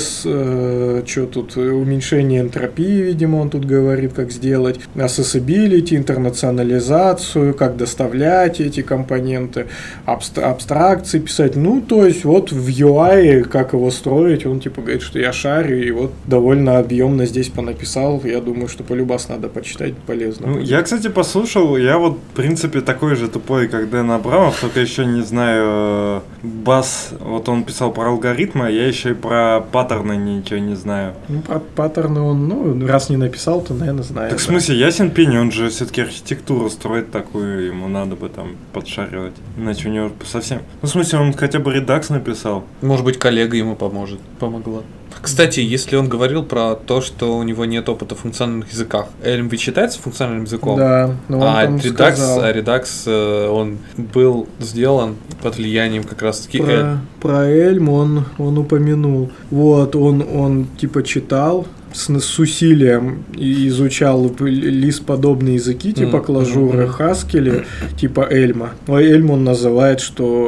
что тут, уменьшение энтропии, видимо, он тут говорит, как сделать, accessibility, интернационализацию, как доставлять эти компоненты, абстракции писать. Ну, то есть, вот в UI, как его строить, он типа говорит, что я шарю, и вот довольно объемно здесь понаписал. Я думаю, что полюбас надо почитать, полезно. Ну, я, кстати, послушал, я вот, в принципе, такой же тупой, как Дэн Абрамов, только еще не знаю, Бас, вот он писал про алгоритмы, а я еще и про паттерны ничего не знаю. Ну, про паттерны он, раз не написал, то, наверное, знает. Так в смысле, ясен пень, он же все-таки архитектуру строит такую, ему надо бы там подшаривать, иначе у него совсем... Ну, в смысле, он хотя бы редакс написал. Может быть, коллега ему помогла. Кстати, если он говорил про то, что у него нет опыта в функциональных языках, Elm ведь считается функциональным языком? Да, но он там сказал. Redux, он был сделан под влиянием как раз-таки Про Elm он упомянул. Вот, он типа читал, с усилием изучал лист-подобные языки, типа клажуры, хаскели, типа Эльма. Но Эльм он называет,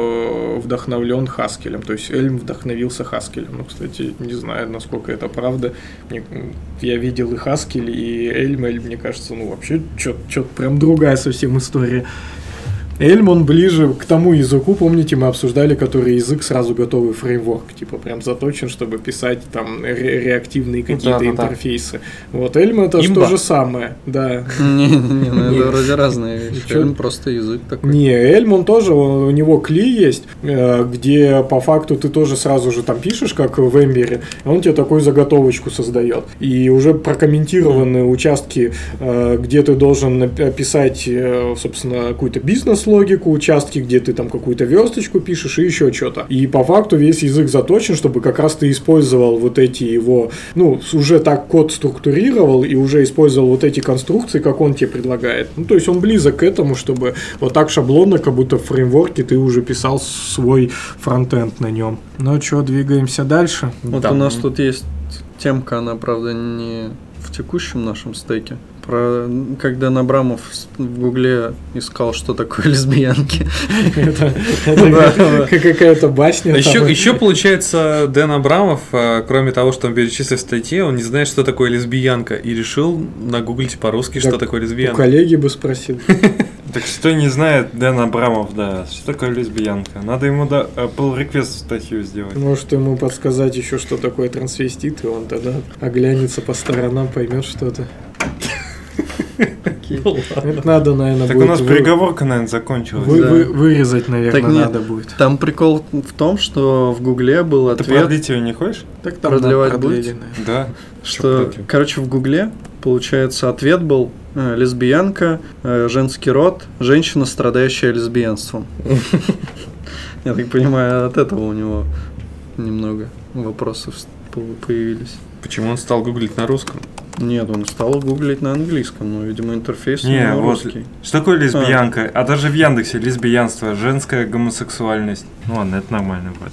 что вдохновлен хаскелем. То есть Эльм вдохновился хаскелем. Ну, кстати, не знаю, насколько это правда. Я видел и хаскель, и Эльм, мне кажется, ну вообще что-то прям другая совсем история. Эльм, он ближе к тому языку, помните, мы обсуждали, который язык сразу готовый фреймворк, типа прям заточен, чтобы писать там реактивные какие-то интерфейсы. Вот Эльм это то же самое, да. Не, это вроде разные вещи. Эльм просто язык такой. Не, Эльм он тоже, у него кли есть, где по факту ты тоже сразу же там пишешь, как в Эмбере, он тебе такую заготовочку создает. И уже прокомментированные участки, где ты должен описать, собственно, какую-то бизнес-логику, участки, где ты там какую-то версточку пишешь и еще что-то. И по факту весь язык заточен, чтобы как раз ты использовал вот эти его, ну, уже так код структурировал и уже использовал вот эти конструкции, как он тебе предлагает. Ну, то есть он близок к этому, чтобы вот так шаблонно, как будто в фреймворке ты уже писал свой фронтенд на нем. Ну, что, двигаемся дальше? Вот у нас тут есть темка, она, правда, не в текущем нашем стеке. Про когда Дэн Абрамов в Гугле искал, что такое лесбиянки. Это какая-то басня. Еще получается, Дэн Абрамов, кроме того, что он перечислил в статье, он не знает, что такое лесбиянка, и решил нагуглить по-русски, что такое лесбиянка. У коллеги бы спросил. Так что не знает Дэн Абрамов, да, что такое лесбиянка? Надо ему pull request статью сделать. Может ему подсказать еще, что такое трансвестит, и он тогда оглянется по сторонам, поймет что-то. Это надо, наверное, так будет... у нас переговорка, наверное, закончилась. Вырезать, наверное, надо будет. Там прикол в том, что в Гугле был ответ... Ты продлить ее не хочешь? Так там продлевать будете? Да. Что, короче, в Гугле, получается, ответ был лесбиянка, женский род, женщина, страдающая лесбиянством. Я так понимаю, от этого у него немного вопросов появились. Почему он стал гуглить на русском? Нет, он стал гуглить на английском, но, видимо, интерфейс не, вот, русский. Что такое лесбиянка? А даже в Яндексе лесбиянство, женская гомосексуальность. Ну ладно, это нормально вроде.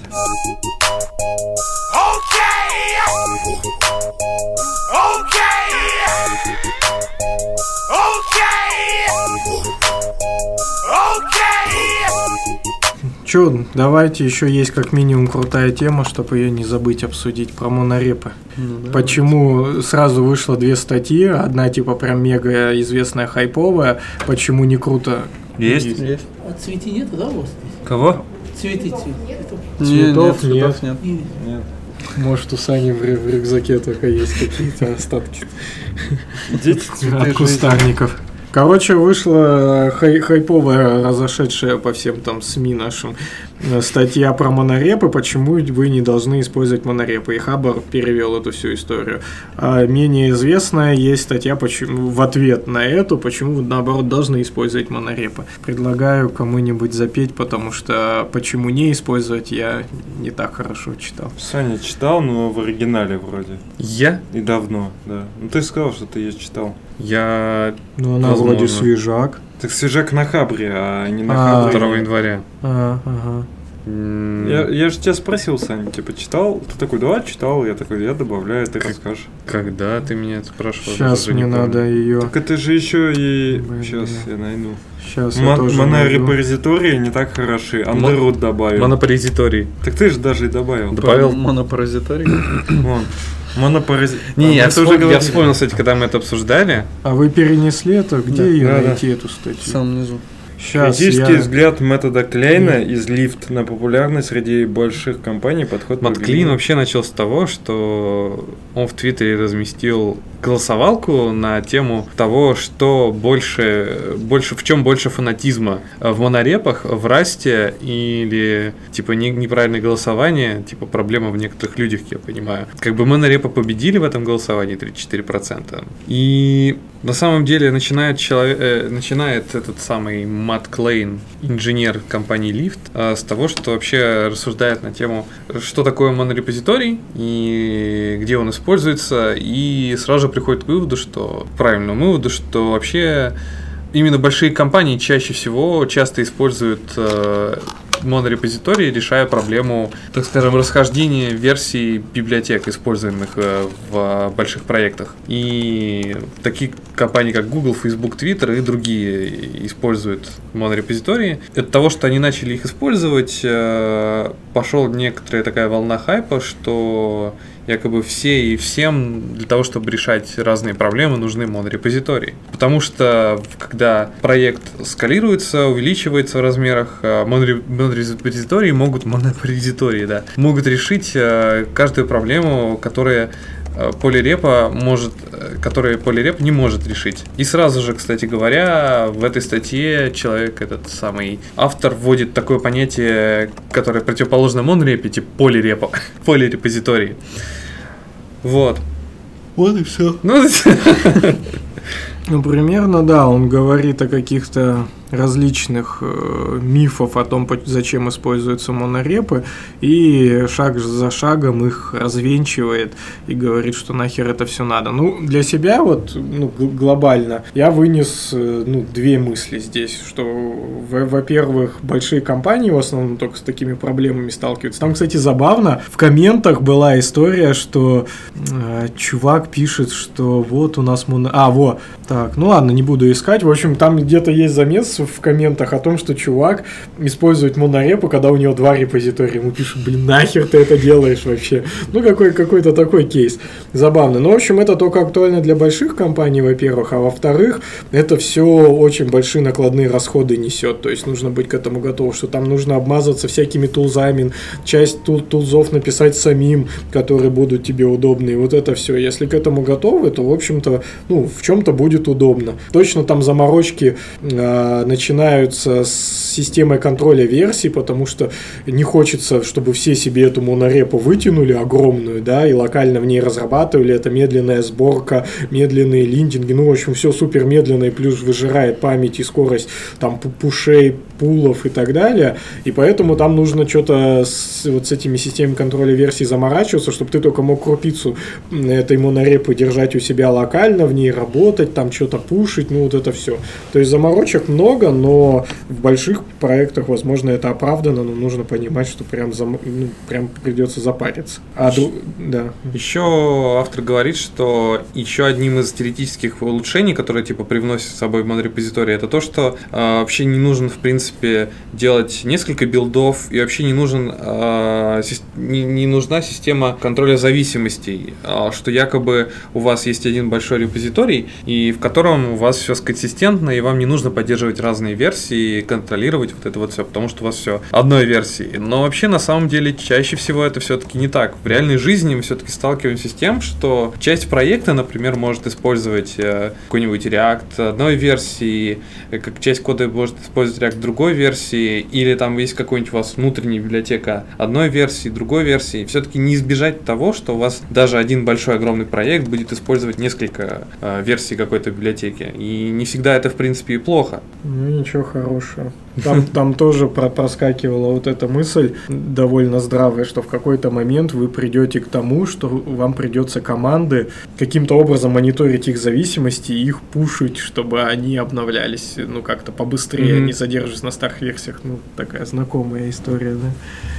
Чё, давайте, еще есть как минимум крутая тема, чтобы ее не забыть обсудить, про монорепы. Почему сразу вышло 2 статьи, одна типа прям мега известная, хайповая, почему не круто? Есть. А цветы нет, да, у вас? Кого? Цветы. Цветов нет. Нет. Может, у Сани в рюкзаке только есть какие-то остатки Дети, цветы, от кустарников. Короче, вышла хайповая, разошедшая по всем там СМИ нашим статья про монорепы, почему вы не должны использовать монорепы. И Хабар перевел эту всю историю. А менее известная есть статья почему, в ответ на эту, почему вы, наоборот, должны использовать монорепы. Предлагаю кому-нибудь запеть, потому что почему не использовать, я не так хорошо читал. Саня читал, но в оригинале вроде. Я? И давно, да. Ну ты сказал, что ты ее читал. Я... Ну, она Возможно. вроде свежак. Так свежак на Хабре, а не на Хабре. 2 января. Ага. Я же тебя спросил, Саня, типа, читал? Ты такой, да, читал. Я такой, я добавляю, ты расскажешь. Когда ты меня это спрашивал? Сейчас мне надо ее. Так это же еще и... Блин. Сейчас я найду. Сейчас я тоже найду. Монорепозитории не так хороши. Underroot добавил. Монопаразиторий. Так ты же даже и добавил. Добавил. Монопаразиторий. Вон. Не, я вспомнил, кстати, когда мы это обсуждали. А вы перенесли это? Где Да, ее да, найти, эту статью? Сам внизу. Сейчас Критический взгляд метода Клейна из лифт на популярность среди больших компаний подход Мэтт Клин вообще начал с того, что он в Твиттере разместил голосовалку на тему того, что больше в чем больше фанатизма в монорепах, в расте или типа неправильное голосование, типа проблема в некоторых людях, я понимаю. Как бы монорепы победили в этом голосовании 34%. И на самом деле начинает этот самый Мэтт Клейн, инженер компании Lyft, с того, что вообще рассуждает на тему, что такое монорепозиторий и где он используется, и сразу же приходит к правильному выводу, что вообще именно большие компании чаще всего часто используют монорепозитории, решая проблему, так скажем, расхождения версий библиотек, используемых в больших проектах. И такие компании, как Google, Facebook, Twitter и другие используют монорепозитории. От того, что они начали их использовать, пошла некоторая такая волна хайпа, что якобы все и всем для того, чтобы решать разные проблемы, нужны монорепозитории. Потому что когда проект скалируется, увеличивается в размерах, монорепозитории могут решить каждую проблему, которую полирепа не может решить. И сразу же, кстати говоря, в этой статье этот самый автор вводит такое понятие, которое противоположно монорепе, типа полирепа, полирепозитории. Вот. Вот и все. Ну, примерно, да, он говорит о каких-то различных мифов о том, зачем используются монорепы, и шаг за шагом их развенчивает и говорит, что нахер это все надо. Ну, для себя глобально я вынес две мысли здесь, что, во-первых, большие компании в основном только с такими проблемами сталкиваются. Там, кстати, забавно, в комментах была история, что чувак пишет, что вот у нас так, ну ладно, не буду искать. В общем, там где-то есть замес в комментах о том, что чувак использует монорепу, когда у него 2 репозитория. Ему пишут, нахер ты это делаешь вообще? Ну, какой-то такой кейс. Забавно. Ну, в общем, это только актуально для больших компаний, во-первых, а во-вторых, это все очень большие накладные расходы несет. То есть, нужно быть к этому готовым, что там нужно обмазаться всякими тулзами, часть тулзов написать самим, которые будут тебе удобны. И вот это все. Если к этому готовы, то, в общем-то, в чем-то будет удобно. Точно там заморочки начинаются с системой контроля версий, потому что не хочется, чтобы все себе эту монорепу вытянули огромную, да, и локально в ней разрабатывали. Это медленная сборка, медленные линтинги, в общем, все супер медленно и плюс выжирает память и скорость там пушей, пулов и так далее. И поэтому там нужно что-то с этими системами контроля версий заморачиваться, чтобы ты только мог крупицу этой монорепы держать у себя локально, в ней работать, там что-то пушить, это все. То есть заморочек много, но в больших проектах, возможно, это оправдано, но нужно понимать, что прям придется запариться. Да. Еще автор говорит, что еще одним из теоретических улучшений, которые привносит с собой монорепозиторий, это то, что вообще не нужно, в принципе, делать несколько билдов, и вообще не нужна система контроля зависимостей, что якобы у вас есть один большой репозиторий, и в котором у вас все консистентно, и вам не нужно поддерживать разные версии, контролировать вот это вот все, потому что у вас все одной версии. Но вообще, на самом деле, чаще всего это все-таки не так. В реальной жизни мы все-таки сталкиваемся с тем, что часть проекта, например, может использовать какой-нибудь React одной версии, как часть кода может использовать React другой версии, или там есть какой-нибудь у вас внутренняя библиотека одной версии, другой версии. Все-таки не избежать того, что у вас даже один большой огромный проект будет использовать несколько версий какой-то библиотеки. И не всегда это, в принципе, и плохо. Ну, ничего хорошего. Там тоже проскакивала вот эта мысль довольно здравая, что в какой-то момент вы придете к тому, что вам придется команды каким-то образом мониторить их зависимости и их пушить, чтобы они обновлялись, ну, как-то побыстрее, не задерживаясь на старых версиях. Ну, такая знакомая история, да.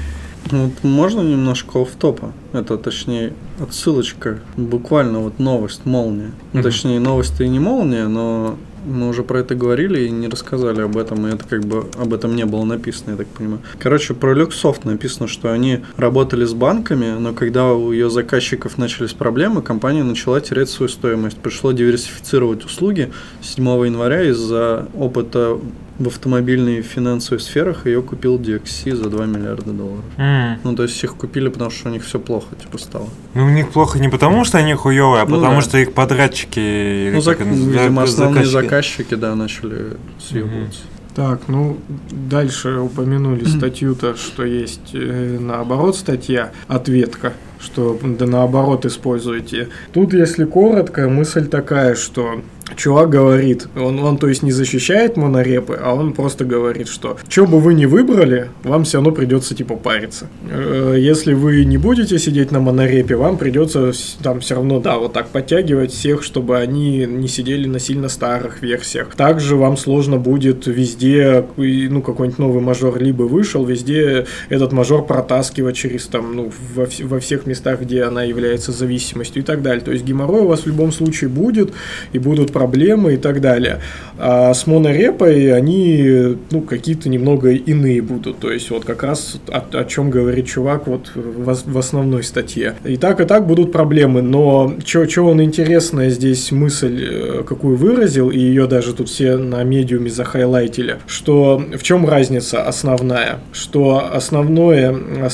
Вот можно немножко офф-топа? Это, точнее, отсылочка, буквально вот новость, молния. Точнее, новость-то и не молния, но мы уже про это говорили и не рассказали об этом, и это как бы об этом не было написано, я так понимаю. Короче, про Luxoft написано, что они работали с банками, но когда у ее заказчиков начались проблемы, компания начала терять свою стоимость. Пришло диверсифицировать услуги. 7 января из-за опыта в автомобильной и финансовой сферах ее купил DXC за $2 миллиарда. Ну, то есть их купили, потому что у них все плохо, типа, стало. Ну, у них плохо не потому, что они хуёвые, а Ну, потому да. что их подрядчики... Ну, видимо, основные заказчики. заказчики, да, начали съебываться. Так, ну, дальше упомянули статью-то, что есть наоборот статья, ответка, что да наоборот используйте. Тут, если коротко, мысль такая, что чувак говорит, он то есть не защищает монорепы, а он просто говорит, что что бы вы ни выбрали, вам все равно придется типа париться. Если вы не будете сидеть на монорепе, вам придется там все равно, да, вот так подтягивать всех, чтобы они не сидели на сильно старых версиях. Также вам сложно будет везде, ну, какой-нибудь новый мажор либо вышел, везде этот мажор протаскивать через там, ну, во всех местах, где она является зависимостью и так далее. То есть геморрой у вас в любом случае будет, и будут проблемы и так далее. А с монорепой они, ну, какие-то немного иные будут. То есть вот как раз о чем говорит чувак вот в основной статье. И так будут проблемы, но что он интересная здесь мысль, какую выразил, и ее даже тут все на медиуме захайлайтили, что в чем разница основная, что основное,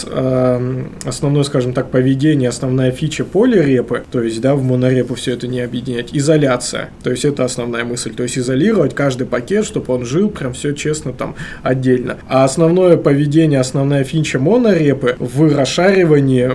скажем так, поведение, основная фича полирепы, то есть, да, в монорепу все это не объединять, изоляция. То есть это основная мысль. То есть изолировать каждый пакет, чтобы он жил прям все честно там отдельно. А основное поведение, основная фича монорепы в расшаривании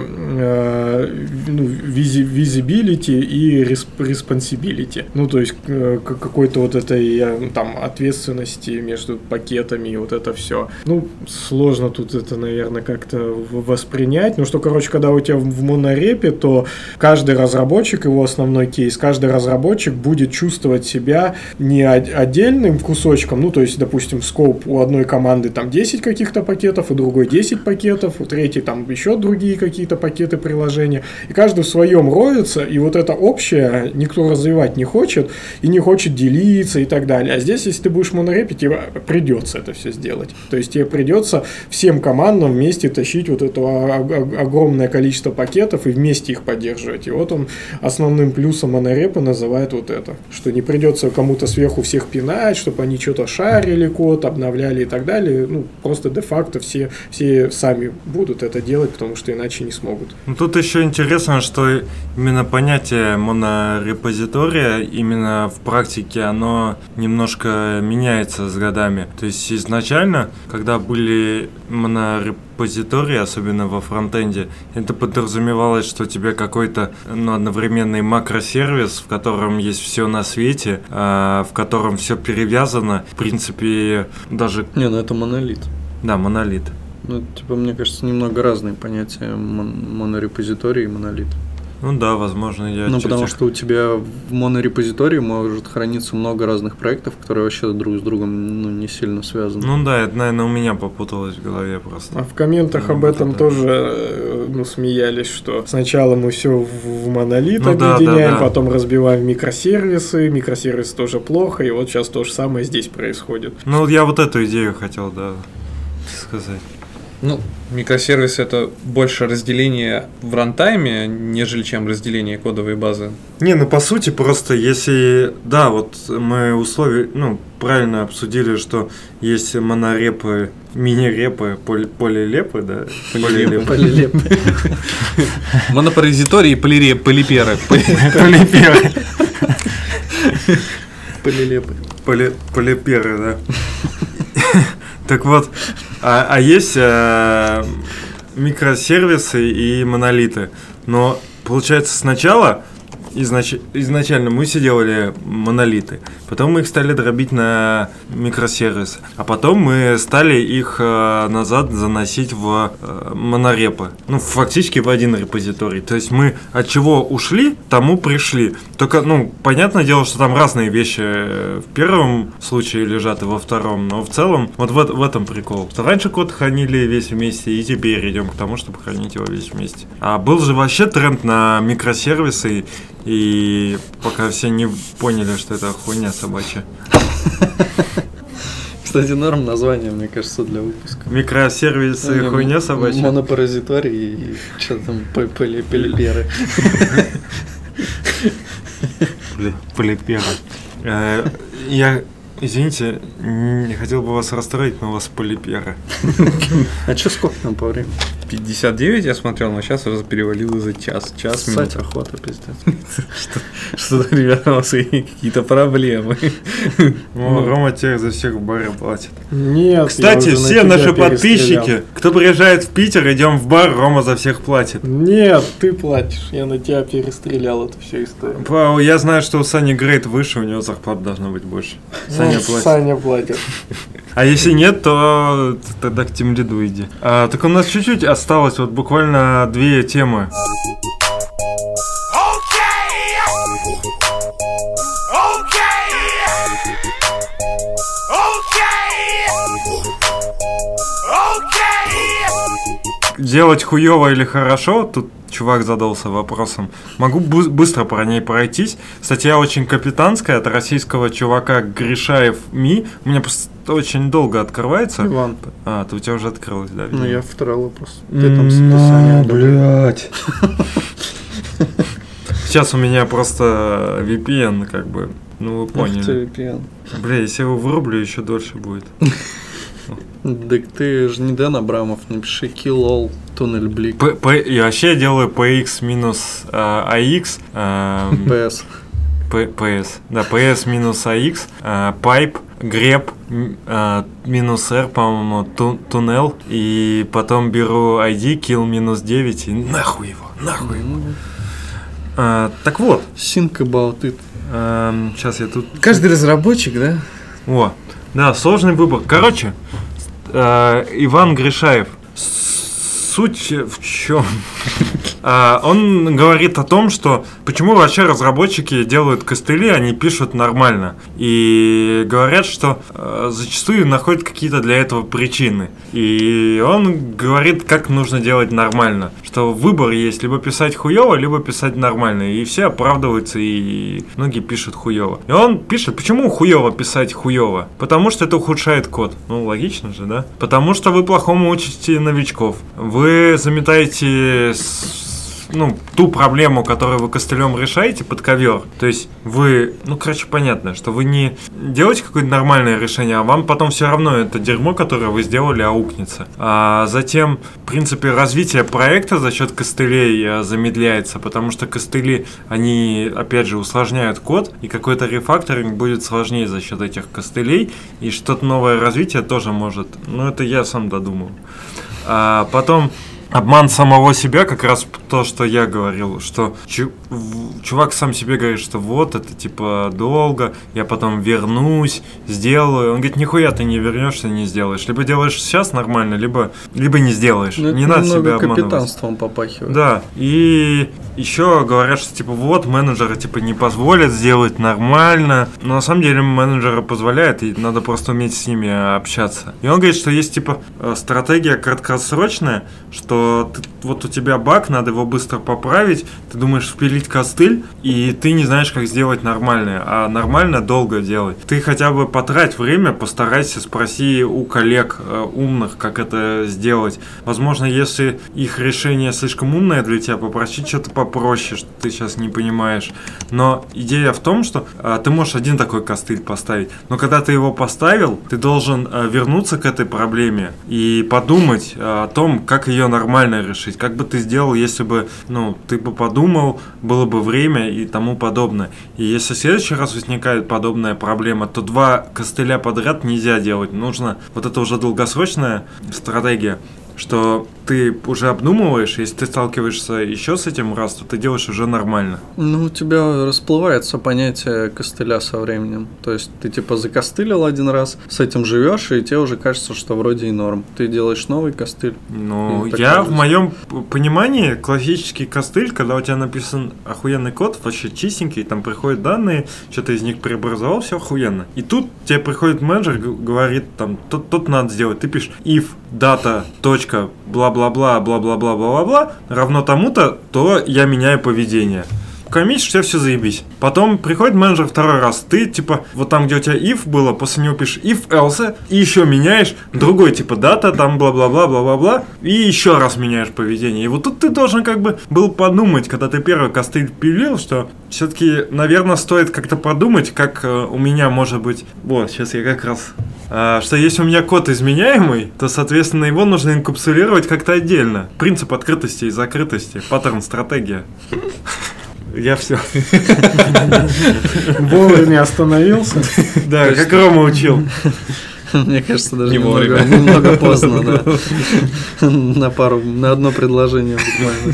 visibility и responsibility. Ну, то есть какой-то вот этой там ответственности между пакетами и вот это все. Ну, сложно тут это, наверное, как-то воспринять. Ну, что, короче, когда у тебя в монорепе, то каждый разработчик, его основной кейс, каждый разработчик будет чувствовать себя не отдельным кусочком, ну, то есть, допустим, скоп у одной команды там 10 каких-то пакетов, у другой 10 пакетов, у третьей там еще другие какие-то пакеты приложения, и каждый в своем роется, и вот это общее никто развивать не хочет, и не хочет делиться и так далее. А здесь, если ты будешь монорепить, тебе придется это все сделать. То есть, тебе придется всем командам вместе тащить вот это огромное количество пакетов и вместе их поддерживать. И вот он основным плюсом монорепа называет вот это, что не придется кому-то сверху всех пинать, чтобы они что-то шарили код, обновляли и так далее. Ну, просто де-факто все сами будут это делать, потому что иначе не смогут. Ну, тут еще интересно, что именно понятие монорепозитория именно в практике оно немножко меняется с годами. То есть изначально, когда были монорепозитории, особенно во фронтенде, это подразумевалось, что у тебя какой-то одновременный макросервис, в котором есть все на свете, в котором все перевязано. В принципе, даже... Не, ну это монолит. Да, монолит. Ну, типа, мне кажется, немного разные понятия монорепозиторий и монолит. Ну да, возможно, я Ну, потому что у тебя в монорепозитории может храниться много разных проектов, которые вообще друг с другом не сильно связаны. Ну да, это, наверное, у меня попуталось в голове просто. А в комментах об этом тоже смеялись, что сначала мы все в монолит объединяем, потом разбиваем микросервисы тоже плохо, и вот сейчас то же самое здесь происходит. Ну, я вот эту идею хотел, да, сказать. Ну, микросервис это больше разделение в рантайме, нежели чем разделение кодовой базы. Не, ну по сути просто если, да, вот мы правильно обсудили, что есть монорепы, мини-репы, полилепы, да? Полилепы. Монопаразитории и полиперы. Полиперы. Полилепы. Полиперы, да. Так вот, а есть микросервисы и монолиты. Но получается сначала изначально мы все делали монолиты, потом мы их стали дробить на микросервисы, а потом мы стали их назад заносить в монорепы. Ну, фактически в один репозиторий. То есть мы от чего ушли, тому пришли. Только, понятное дело, что там разные вещи в первом случае лежат и во втором, но в целом вот в этом прикол. Что раньше код хранили весь вместе, и теперь идем к тому, чтобы хранить его весь вместе. А был же вообще тренд на микросервисы, и пока все не поняли, что это хуйня собачья. Кстати, норм название, мне кажется, для выпуска. Микросервисы хуйня собачья. Монопаразитории и что там, полиперы. Полиперы. Я, извините, не хотел бы вас расстроить, но у вас полиперы. А что сколько там по времени? 59 я смотрел, но сейчас уже перевалил за час. Час минут. Ссать охота, пиздец. Что-то, ребята, у вас какие-то проблемы. Рома тех за всех в баре платит. Нет, кстати, все наши подписчики, кто приезжает в Питер, идем в бар, Рома за всех платит. Нет, ты платишь. Я на тебя перестрелял эту всю историю. Я знаю, что у Сани Грейт выше, у него зарплата должна быть больше. Саня платит. А если нет, то тогда к тимлиду иди. Так у нас чуть-чуть осталось, вот буквально 2 темы. Делать хуёво или хорошо? Тут чувак задался вопросом. Могу быстро про ней пройтись. Статья очень капитанская от российского чувака Гришаев Ми. У меня просто очень долго открывается. Иван. Ты у тебя уже открылось, да? Ну, я второй вопрос. Ты там с блядь. Сейчас у меня просто VPN, как бы. Ну, вы поняли. Ах ты, VPN. Бля, если я его вырублю, еще дольше будет. Так ты же не Дэн Абрамов, напиши kill all туннель блик. И вообще я делаю px минус ax. PS. PS. Да, PS минус ax, pipe, grep, минус r, по-моему, туннел. И потом беру ID, kill минус 9 и нахуй его. Так вот. Think about it. Сейчас я тут... Каждый разработчик, да? О, да, сложный выбор. Короче, Иван Гришаев. Суть в чем? Он говорит о том, что почему вообще разработчики делают костыли, они пишут нормально. И говорят, что зачастую находят какие-то для этого причины. И он говорит, как нужно делать нормально. Что выбор есть, либо писать хуёво, либо писать нормально. И все оправдываются, и многие пишут хуёво. И он пишет, почему хуёво писать хуёво? Потому что это ухудшает код. Ну, логично же, да? Потому что вы плохому учите новичков. Вы заметаете ту проблему, которую вы костылем решаете, под ковер. То есть вы, понятно, что вы не делаете какое-то нормальное решение, а вам потом все равно это дерьмо, которое вы сделали, аукнется. А затем, в принципе, развитие проекта за счет костылей замедляется, потому что костыли, они, опять же, усложняют код, и какой-то рефакторинг будет сложнее за счет этих костылей, и что-то новое развитие тоже может. Это я сам додумал. А потом обман самого себя, как раз то, что я говорил, что чувак сам себе говорит, что вот, это типа долго, я потом вернусь, сделаю. Он говорит, нихуя ты не вернешься, не сделаешь. Либо делаешь сейчас нормально, либо не сделаешь. Не надо себя обманывать. Капитанством попахивает. Да, и еще говорят, что типа вот, менеджеры типа не позволят сделать нормально. Но на самом деле менеджеры позволяют, и надо просто уметь с ними общаться. И он говорит, что есть типа стратегия краткосрочная, что что вот у тебя баг, надо его быстро поправить, ты думаешь впилить костыль, и ты не знаешь, как сделать нормальное, а нормально долго делать. Ты хотя бы потрать время, постарайся, спроси у коллег умных, как это сделать. Возможно, если их решение слишком умное для тебя, попроси что-то попроще, что ты сейчас не понимаешь. Но идея в том, что ты можешь один такой костыль поставить, но когда ты его поставил, ты должен вернуться к этой проблеме и подумать о том, как ее нормально решить. Как бы ты сделал, если бы, ты бы подумал, было бы время и тому подобное. И если в следующий раз возникает подобная проблема, то 2 костыля подряд нельзя делать. Нужно, вот это уже долгосрочная стратегия, что ты уже обдумываешь, если ты сталкиваешься еще с этим раз, то ты делаешь уже нормально. У тебя расплывается понятие костыля со временем. То есть ты закостылил один раз, с этим живешь, и тебе уже кажется, что вроде и норм. Ты делаешь новый костыль. В моем понимании классический костыль, когда у тебя написан охуенный код, вообще чистенький, там приходят данные, что-то из них преобразовал, все охуенно. И тут тебе приходит менеджер, говорит, там, тут надо сделать. Ты пишешь if data бла-бла-бла, бла-бла-бла-бла-бла, равно тому-то, то я меняю поведение. Комиссия, у тебя все заебись. Потом приходит менеджер второй раз, ты вот там, где у тебя if было, после него пишешь if else, и еще меняешь другой дата, там бла-бла-бла, бла-бла-бла, и еще раз меняешь поведение. И вот тут ты должен был подумать, когда ты первый костыль пилил, что все-таки, наверное, стоит как-то подумать, как у меня может быть, сейчас я как раз, что если у меня код изменяемый, то, соответственно, его нужно инкапсулировать как-то отдельно. Принцип открытости и закрытости, паттерн, стратегия. Я все. Вовремя остановился. Да, как Рома учил. Мне кажется, даже немного поздно, да. На одно предложение буквально.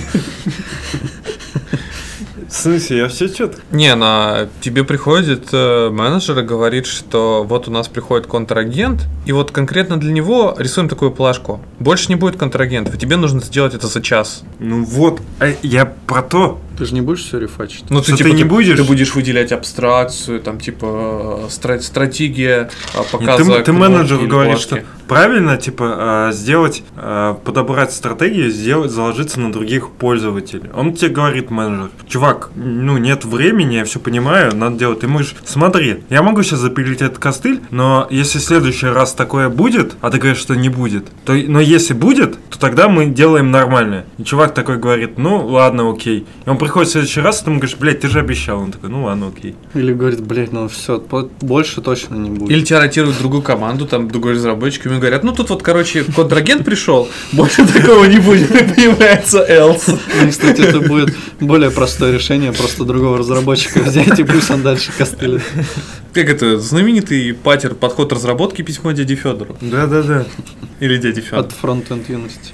В смысле, я все четко. Тебе приходит менеджер и говорит, что вот у нас приходит контрагент, и вот конкретно для него рисуем такую плашку. Больше не будет контрагентов, и тебе нужно сделать это за час. Я про то. Ты же не будешь все рефачить? Ты не будешь? Ты будешь выделять абстракцию, там, стратегия показа. Ты менеджеру говоришь, что правильно, сделать, подобрать стратегию, заложиться на других пользователей. Он тебе говорит, менеджер, чувак, нет времени, я все понимаю, надо делать. Ты можешь, смотри, я могу сейчас запилить этот костыль, но если в следующий раз такое будет, а ты говоришь, что не будет, но если будет, то тогда мы делаем нормально. И чувак такой говорит, ладно, окей. И он приходит в следующий раз, и ты ему говоришь, блядь, ты же обещал. Он такой, ладно, окей. Или говорит, блядь, все, больше точно не будет. Или тебя ротируют в другую команду, там, другой разработчик, и ему говорят, тут контрагент пришел, больше такого не будет, и появляется else. Кстати, это будет более простое решение, просто другого разработчика взять, и пусть он дальше костылит. Как это, знаменитый подход разработки письмо дяде Федору. Да. Или дяде Федору. От Frontend Unity.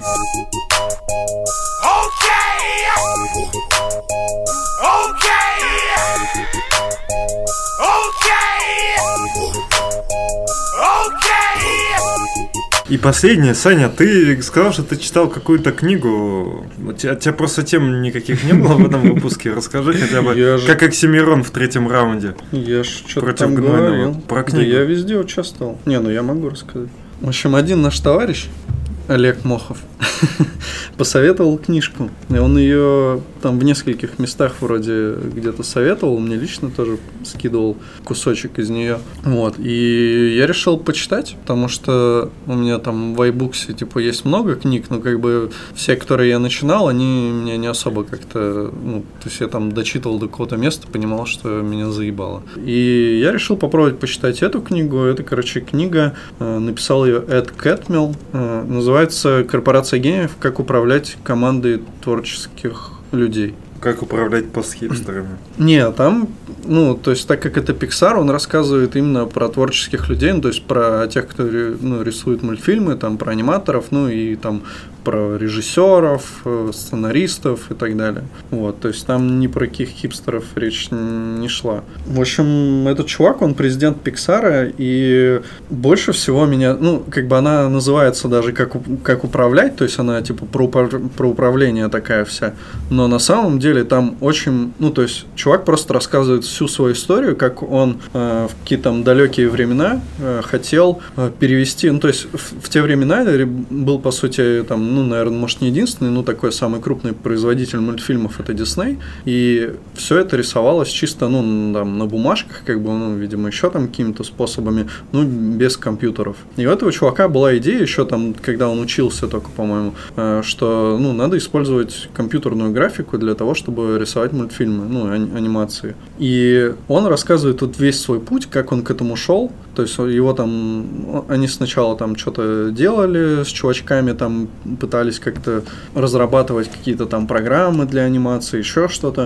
И последнее, Саня, ты сказал, что ты читал какую-то книгу. У тебя просто тем никаких не было в этом выпуске. Расскажи хотя бы, как Оксимирон в 3-м раунде. Я ж что-то там говорил. Про книгу. Да я везде участвовал. Я могу рассказать. В общем, один наш товарищ, Олег Мохов, посоветовал книжку. И он ее там в нескольких местах вроде где-то советовал. Мне лично тоже скидывал кусочек из нее. И я решил почитать, потому что у меня там в iBooks есть много книг, но все, которые я начинал, они меня не особо как-то... то есть я там дочитывал до какого-то места, понимал, что меня заебало. И я решил попробовать почитать эту книгу. Это, книга, написал ее Эд Кэтмелл. Называется «Корпорация гениев. Как управлять командой творческих людей». Как управлять постхипстерами? Нет, там, то есть, так как это Pixar, он рассказывает именно про творческих людей, то есть, про тех, кто рисует мультфильмы, там, про аниматоров, и там про режиссеров, сценаристов и так далее. То есть, там ни про каких хипстеров речь не шла. В общем, этот чувак, он президент Pixar, и больше всего меня, она называется даже как управлять, то есть, она, про управление такая вся, но на самом деле там очень, то есть чувак просто рассказывает всю свою историю, как он в какие-то там далекие времена хотел перевести, то есть в те времена был, по сути, там, ну, наверное, может, не единственный, но такой самый крупный производитель мультфильмов — это Disney, и все это рисовалось чисто, ну, там, на бумажках, как бы, ну, видимо, еще там какими-то способами, ну, без компьютеров. И у этого чувака была идея еще там, когда он учился только, по-моему, что, ну, надо использовать компьютерную графику для того, чтобы рисовать мультфильмы, ну, анимации. И он рассказывает тут весь свой путь, как он к этому шел. То есть его там, они сначала там что-то делали с чувачками, там пытались как-то разрабатывать какие-то там программы для анимации, еще что-то.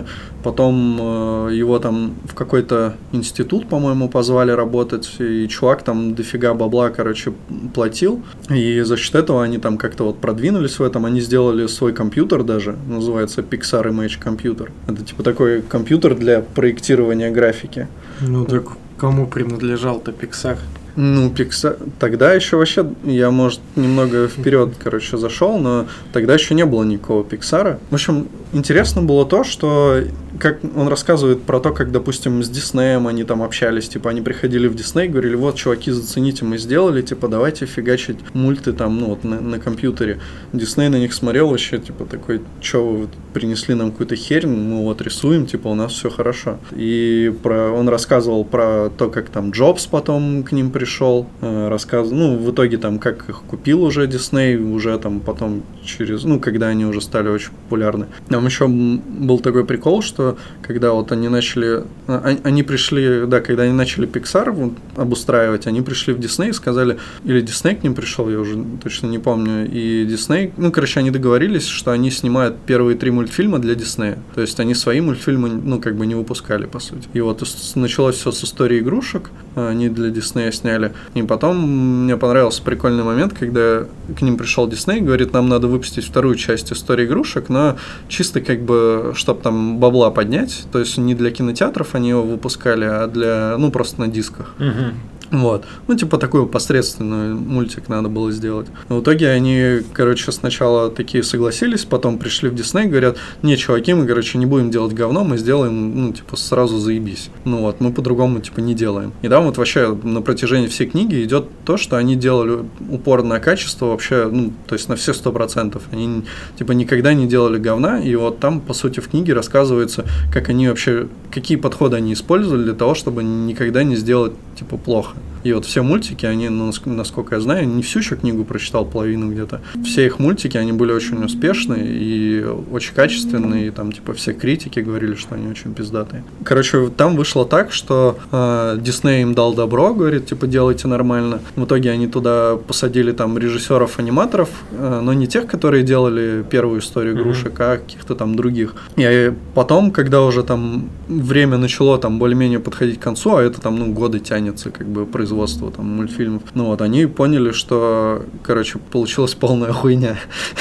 Потом его там в какой-то институт, по-моему, позвали работать, и чувак там дофига бабла, короче, платил. И за счет этого они там как-то вот продвинулись в этом, они сделали свой компьютер даже, называется Pixar Image Computer. Это типа такой компьютер для проектирования графики. Ну так кому принадлежал-то Pixar? Ну, Pixar... Тогда еще вообще, я, может, немного вперед, короче, зашел, но тогда еще не было никакого Pixar. В общем, интересно было то, что, как он рассказывает про то, как, допустим, с Диснеем они там общались, типа, они приходили в Дисней, говорили, вот, чуваки, зацените, мы сделали, типа, давайте фигачить мульты там, ну, вот, на компьютере. Дисней на них смотрел вообще, типа, такой, что вы принесли нам какую-то херь, мы вот рисуем, типа, у нас все хорошо. И он рассказывал про то, как там Джобс потом к ним пришел, рассказывал, ну, в итоге там, как их купил уже Дисней, уже там потом через, ну, когда они уже стали очень популярны. Там еще был такой прикол, что когда вот они начали, они пришли, да, когда они начали Pixar вот, обустраивать, они пришли в Дисней и сказали, или Дисней к ним пришел, я уже точно не помню, и Дисней, ну, короче, они договорились, что они снимают первые 3 мультфильма для Диснея, то есть они свои мультфильмы, ну, как бы не выпускали, по сути. И вот началось все с истории игрушек, они для Диснея сняли, и потом мне понравился прикольный момент, когда к ним пришел Дисней, говорит, нам надо выпустить вторую часть истории игрушек, но чисто как бы, чтобы там бабла поднять, то есть не для кинотеатров они его выпускали, а для, ну, просто на дисках. Вот. Ну, типа, такой посредственный мультик надо было сделать. Но в итоге они, короче, сначала такие согласились, потом пришли в Дисней, говорят, не, чуваки, мы, короче, не будем делать говно, мы сделаем, ну, типа, сразу заебись. Ну, вот, мы по-другому, типа, не делаем. И там вот вообще на протяжении всей книги идет то, что они делали упор на качество вообще, ну, то есть на все 100%. Они, типа, никогда не делали говна, и вот там, по сути, в книге рассказывается, как они вообще, какие подходы они использовали для того, чтобы никогда не сделать, типа, плохо. И вот все мультики, они, ну, насколько я знаю, не всю еще книгу прочитал, половину где-то. Все их мультики, они были очень успешные и очень качественные, и там, типа, все критики говорили, что они очень пиздатые. Короче, там вышло так, что Дисней им дал добро, говорит, типа, делайте нормально. В итоге они туда посадили там режиссеров-аниматоров, но не тех, которые делали первую историю игрушек, а каких-то там других. И потом, когда уже там время начало там более-менее подходить к концу, а это там, ну, годы тянется, как бы, производство там мультфильмов. Ну вот, они поняли, что, короче, получилась полная хуйня.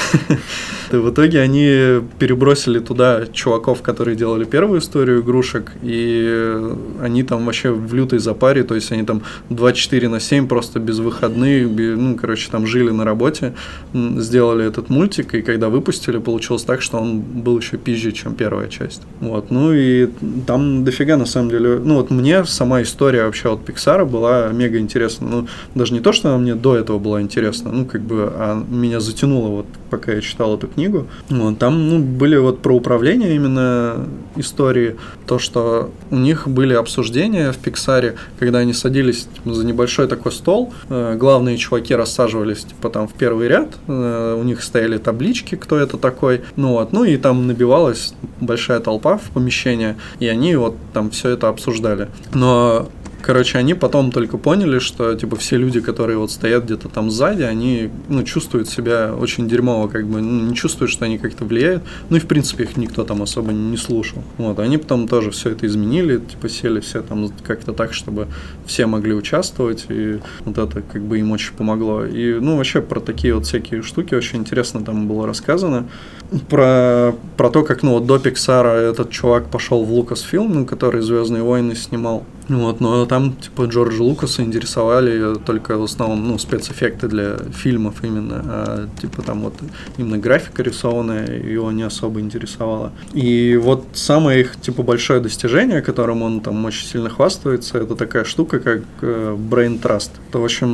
И в итоге они перебросили туда чуваков, которые делали первую историю игрушек, и они там вообще в лютой запаре, то есть они там 24/7 просто без выходных, ну, короче, там жили на работе, сделали этот мультик, и когда выпустили, получилось так, что он был еще пизже, чем первая часть. Вот, ну и там дофига, на самом деле, ну вот мне сама история вообще от Pixar была мега интересна, ну, даже не то, что она мне до этого была интересна, ну, как бы, а меня затянуло вот, пока я читал эту книгу. Вот, там, ну, были вот про управление именно истории, то, что у них были обсуждения в Pixar, когда они садились, типа, за небольшой такой стол, главные чуваки рассаживались, типа, там в первый ряд, у них стояли таблички, кто это такой, ну вот, ну и там набивалась большая толпа в помещение, и они вот там все это обсуждали. Но короче, они потом только поняли, что, типа, все люди, которые вот стоят где-то там сзади, они, ну, чувствуют себя очень дерьмово, как бы, ну, не чувствуют, что они как-то влияют, ну, и, в принципе, их никто там особо не слушал. Вот, они потом тоже все это изменили, типа, сели все там как-то так, чтобы все могли участвовать, и вот это, как бы, им очень помогло. И, ну, вообще, про такие вот всякие штуки очень интересно там было рассказано. Про то, как, ну, вот до Pixar этот чувак пошел в Lucasfilm, ну, который «Звездные войны» снимал. Вот, но там, типа, Джорджа Лукаса интересовали только в основном, ну, спецэффекты для фильмов именно, а, типа, там вот именно графика рисованная его не особо интересовала. И вот самое их, типа, большое достижение, которым он там очень сильно хвастается, это такая штука, как Brain Trust. Это, в общем,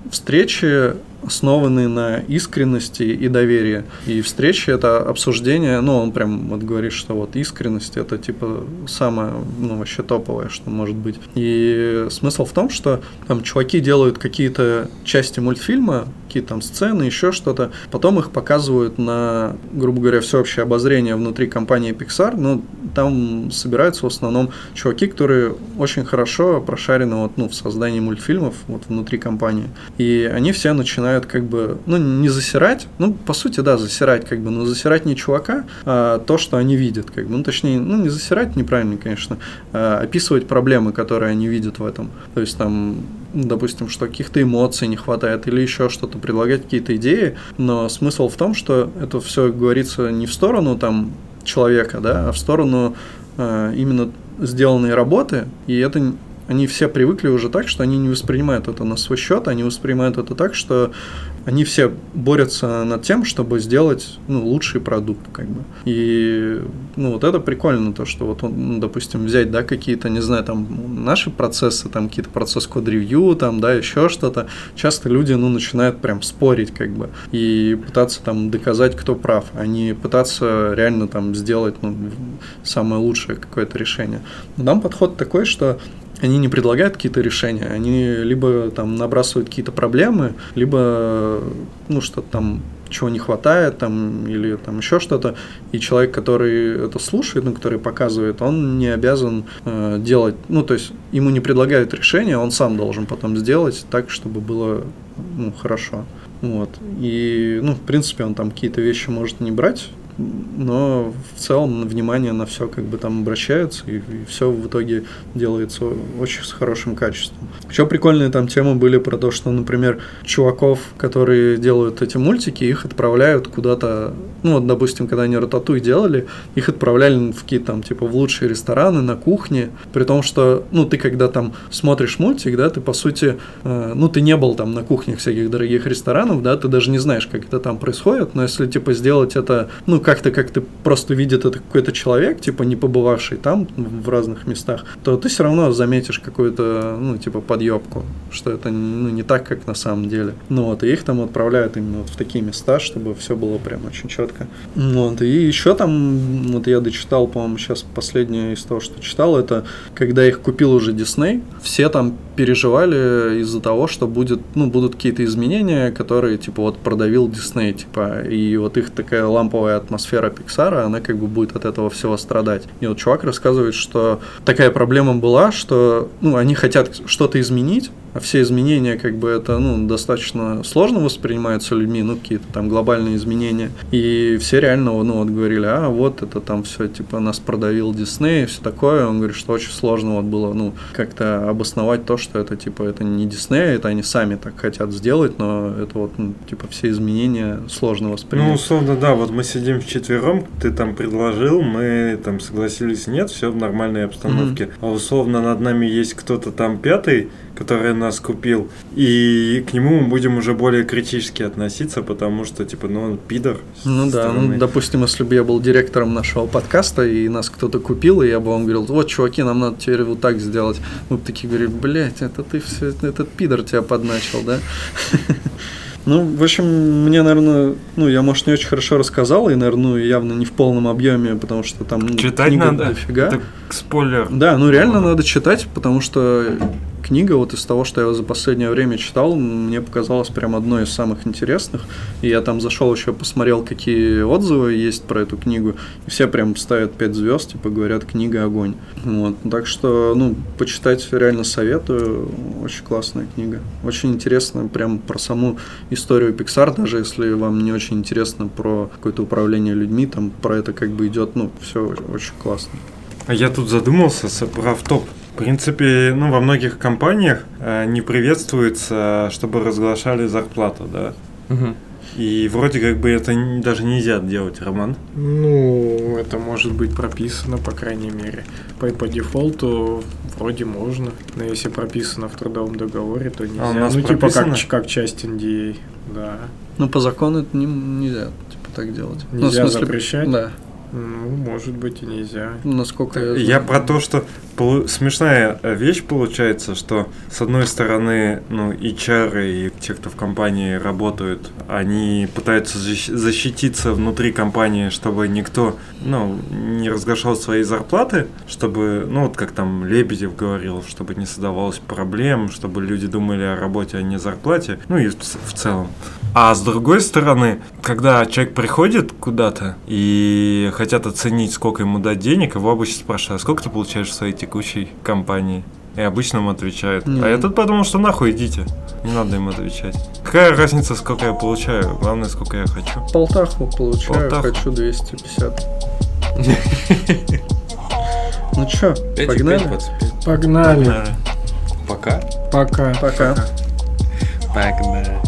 встречи основаны на искренности и доверии. И встречи — это обсуждение, ну, он прям вот говорит, что вот искренность — это типа самое, ну, вообще топовое, что может быть. И смысл в том, что там чуваки делают какие-то части мультфильма, какие-то там сцены, еще что-то, потом их показывают на, грубо говоря, всеобщее обозрение внутри компании Pixar, но там собираются в основном чуваки, которые очень хорошо прошарены вот, ну, в создании мультфильмов вот, внутри компании. И они все начинают как бы, ну, не засирать, ну, по сути, да, засирать как бы, но засирать не чувака, а то, что они видят, как бы, ну, точнее, ну, не засирать, неправильно, конечно, а описывать проблемы, которые они видят в этом. То есть там, допустим, что каких-то эмоций не хватает или еще что-то, предлагать какие-то идеи, но смысл в том, что это все говорится не в сторону там человека, да, а в сторону именно сделанной работы, и это они все привыкли уже так, что они не воспринимают это на свой счет, они воспринимают это так, что они все борются над тем, чтобы сделать, ну, лучший продукт, как бы. И, ну, вот это прикольно, то, что вот, ну, допустим, взять, да, какие-то, не знаю, там, наши процессы, там, какие-то процессы код-ревью, там, да, еще что-то. Часто люди, ну, начинают прям спорить, как бы, и пытаться там доказать, кто прав, а не пытаться реально там сделать, ну, самое лучшее какое-то решение. Но там подход такой, что они не предлагают какие-то решения, они либо там набрасывают какие-то проблемы, либо, ну, что-то там, чего не хватает, там, или там еще что-то, и человек, который это слушает, ну, который показывает, он не обязан делать, ну, то есть ему не предлагают решения, он сам должен потом сделать так, чтобы было, ну, хорошо. Вот. И, ну, в принципе, он там какие-то вещи может не брать, но в целом внимание на все как бы там обращаются, и все в итоге делается очень с хорошим качеством. Еще прикольные там темы были про то, что, например, чуваков, которые делают эти мультики, их отправляют куда-то, ну вот, допустим, когда они Рататуй делали, их отправляли в какие-то там, типа, в лучшие рестораны, на кухне, при том, что, ну, ты когда там смотришь мультик, да, ты, по сути, ну, ты не был там на кухнях всяких дорогих ресторанов, да, ты даже не знаешь, как это там происходит, но если, типа, сделать это, ну, как-то, как ты просто видит это какой-то человек, типа, не побывавший там в разных местах, то ты все равно заметишь какую-то, ну, типа, подъебку, что это, ну, не так, как на самом деле. Ну, вот, и их там отправляют именно вот в такие места, чтобы все было прям очень четко. Вот, и еще там, вот я дочитал, по-моему, сейчас последнее из того, что читал, это когда их купил уже Дисней, все там переживали из-за того, что будет, ну, будут какие-то изменения, которые, типа, вот продавил Дисней, типа, и вот их такая ламповая атмосфера Пиксара, она как бы будет от этого всего страдать. И вот чувак рассказывает, что такая проблема была, что, ну, они хотят что-то изменить, а все изменения, как бы, это, ну, достаточно сложно воспринимаются людьми, ну, какие-то там глобальные изменения. И все реально, ну, вот говорили, а вот это там все, типа, нас продавил Дисней и все такое. Он говорит, что очень сложно вот было, ну, как-то обосновать то, что это, типа, это не Дисней, это они сами так хотят сделать, но это вот, ну, типа, все изменения сложно воспринять. Ну, условно, да, вот мы сидим вчетвером, ты там предложил, мы там согласились, нет, все в нормальной обстановке. А условно над нами есть кто-то там пятый, который нас купил, и к нему мы будем уже более критически относиться, потому что, типа, ну, он пидор. Ну да, ну, допустим, если бы я был директором нашего подкаста, и нас кто-то купил, и я бы вам говорил, вот, чуваки, нам надо теперь вот так сделать. Мы бы такие говорили, блядь, это ты все, этот пидор тебя подначил, да? Ну, в общем, мне, наверное, ну, я, может, не очень хорошо рассказал, и, наверное, ну, явно не в полном объеме, потому что там, ну, читать надо, дофига. Так спойлер. Да, ну, реально надо читать, потому что книга, вот из того, что я за последнее время читал, мне показалась прям одной из самых интересных. И я там зашел еще, посмотрел, какие отзывы есть про эту книгу. И все прям ставят 5 звезд, типа говорят, книга огонь. Вот. Так что, ну, почитать реально советую. Очень классная книга. Очень интересно прям про саму историю Pixar, даже если вам не очень интересно про какое-то управление людьми, там про это как бы идет, ну, все очень классно. А я тут задумался про автоп. В принципе, ну, во многих компаниях не приветствуется, чтобы разглашали зарплату, да. Угу. И вроде как бы это даже нельзя делать, Роман. Ну, это может быть прописано, по крайней мере. По дефолту вроде можно, но если прописано в трудовом договоре, то нельзя. А у нас ну, прописано? типа как часть NDA, да. Ну, по закону это нельзя, типа, так делать. Нельзя ну, в смысле, запрещать? Да. Ну, может быть и нельзя. Насколько я знаю. Я про то, что Смешная вещь получается, что с одной стороны, HR и те, кто в компании работают, они пытаются защититься внутри компании, чтобы никто, не разглашал свои зарплаты, чтобы, вот как там Лебедев говорил, чтобы не создавалось проблем, чтобы люди думали о работе, а не зарплате, и в целом. А с другой стороны, когда человек приходит куда-то и хотят оценить, сколько ему дать денег, его обычно спрашивают, а сколько ты получаешь в своей текущей компании? И обычно ему отвечают. А я тут подумал, что нахуй идите. Не надо им отвечать. Какая разница, сколько я получаю? Главное, сколько я хочу. Полтаху получаю, хочу 250. Ну чё, погнали? Погнали. Пока. Пока. Пока. Погнали.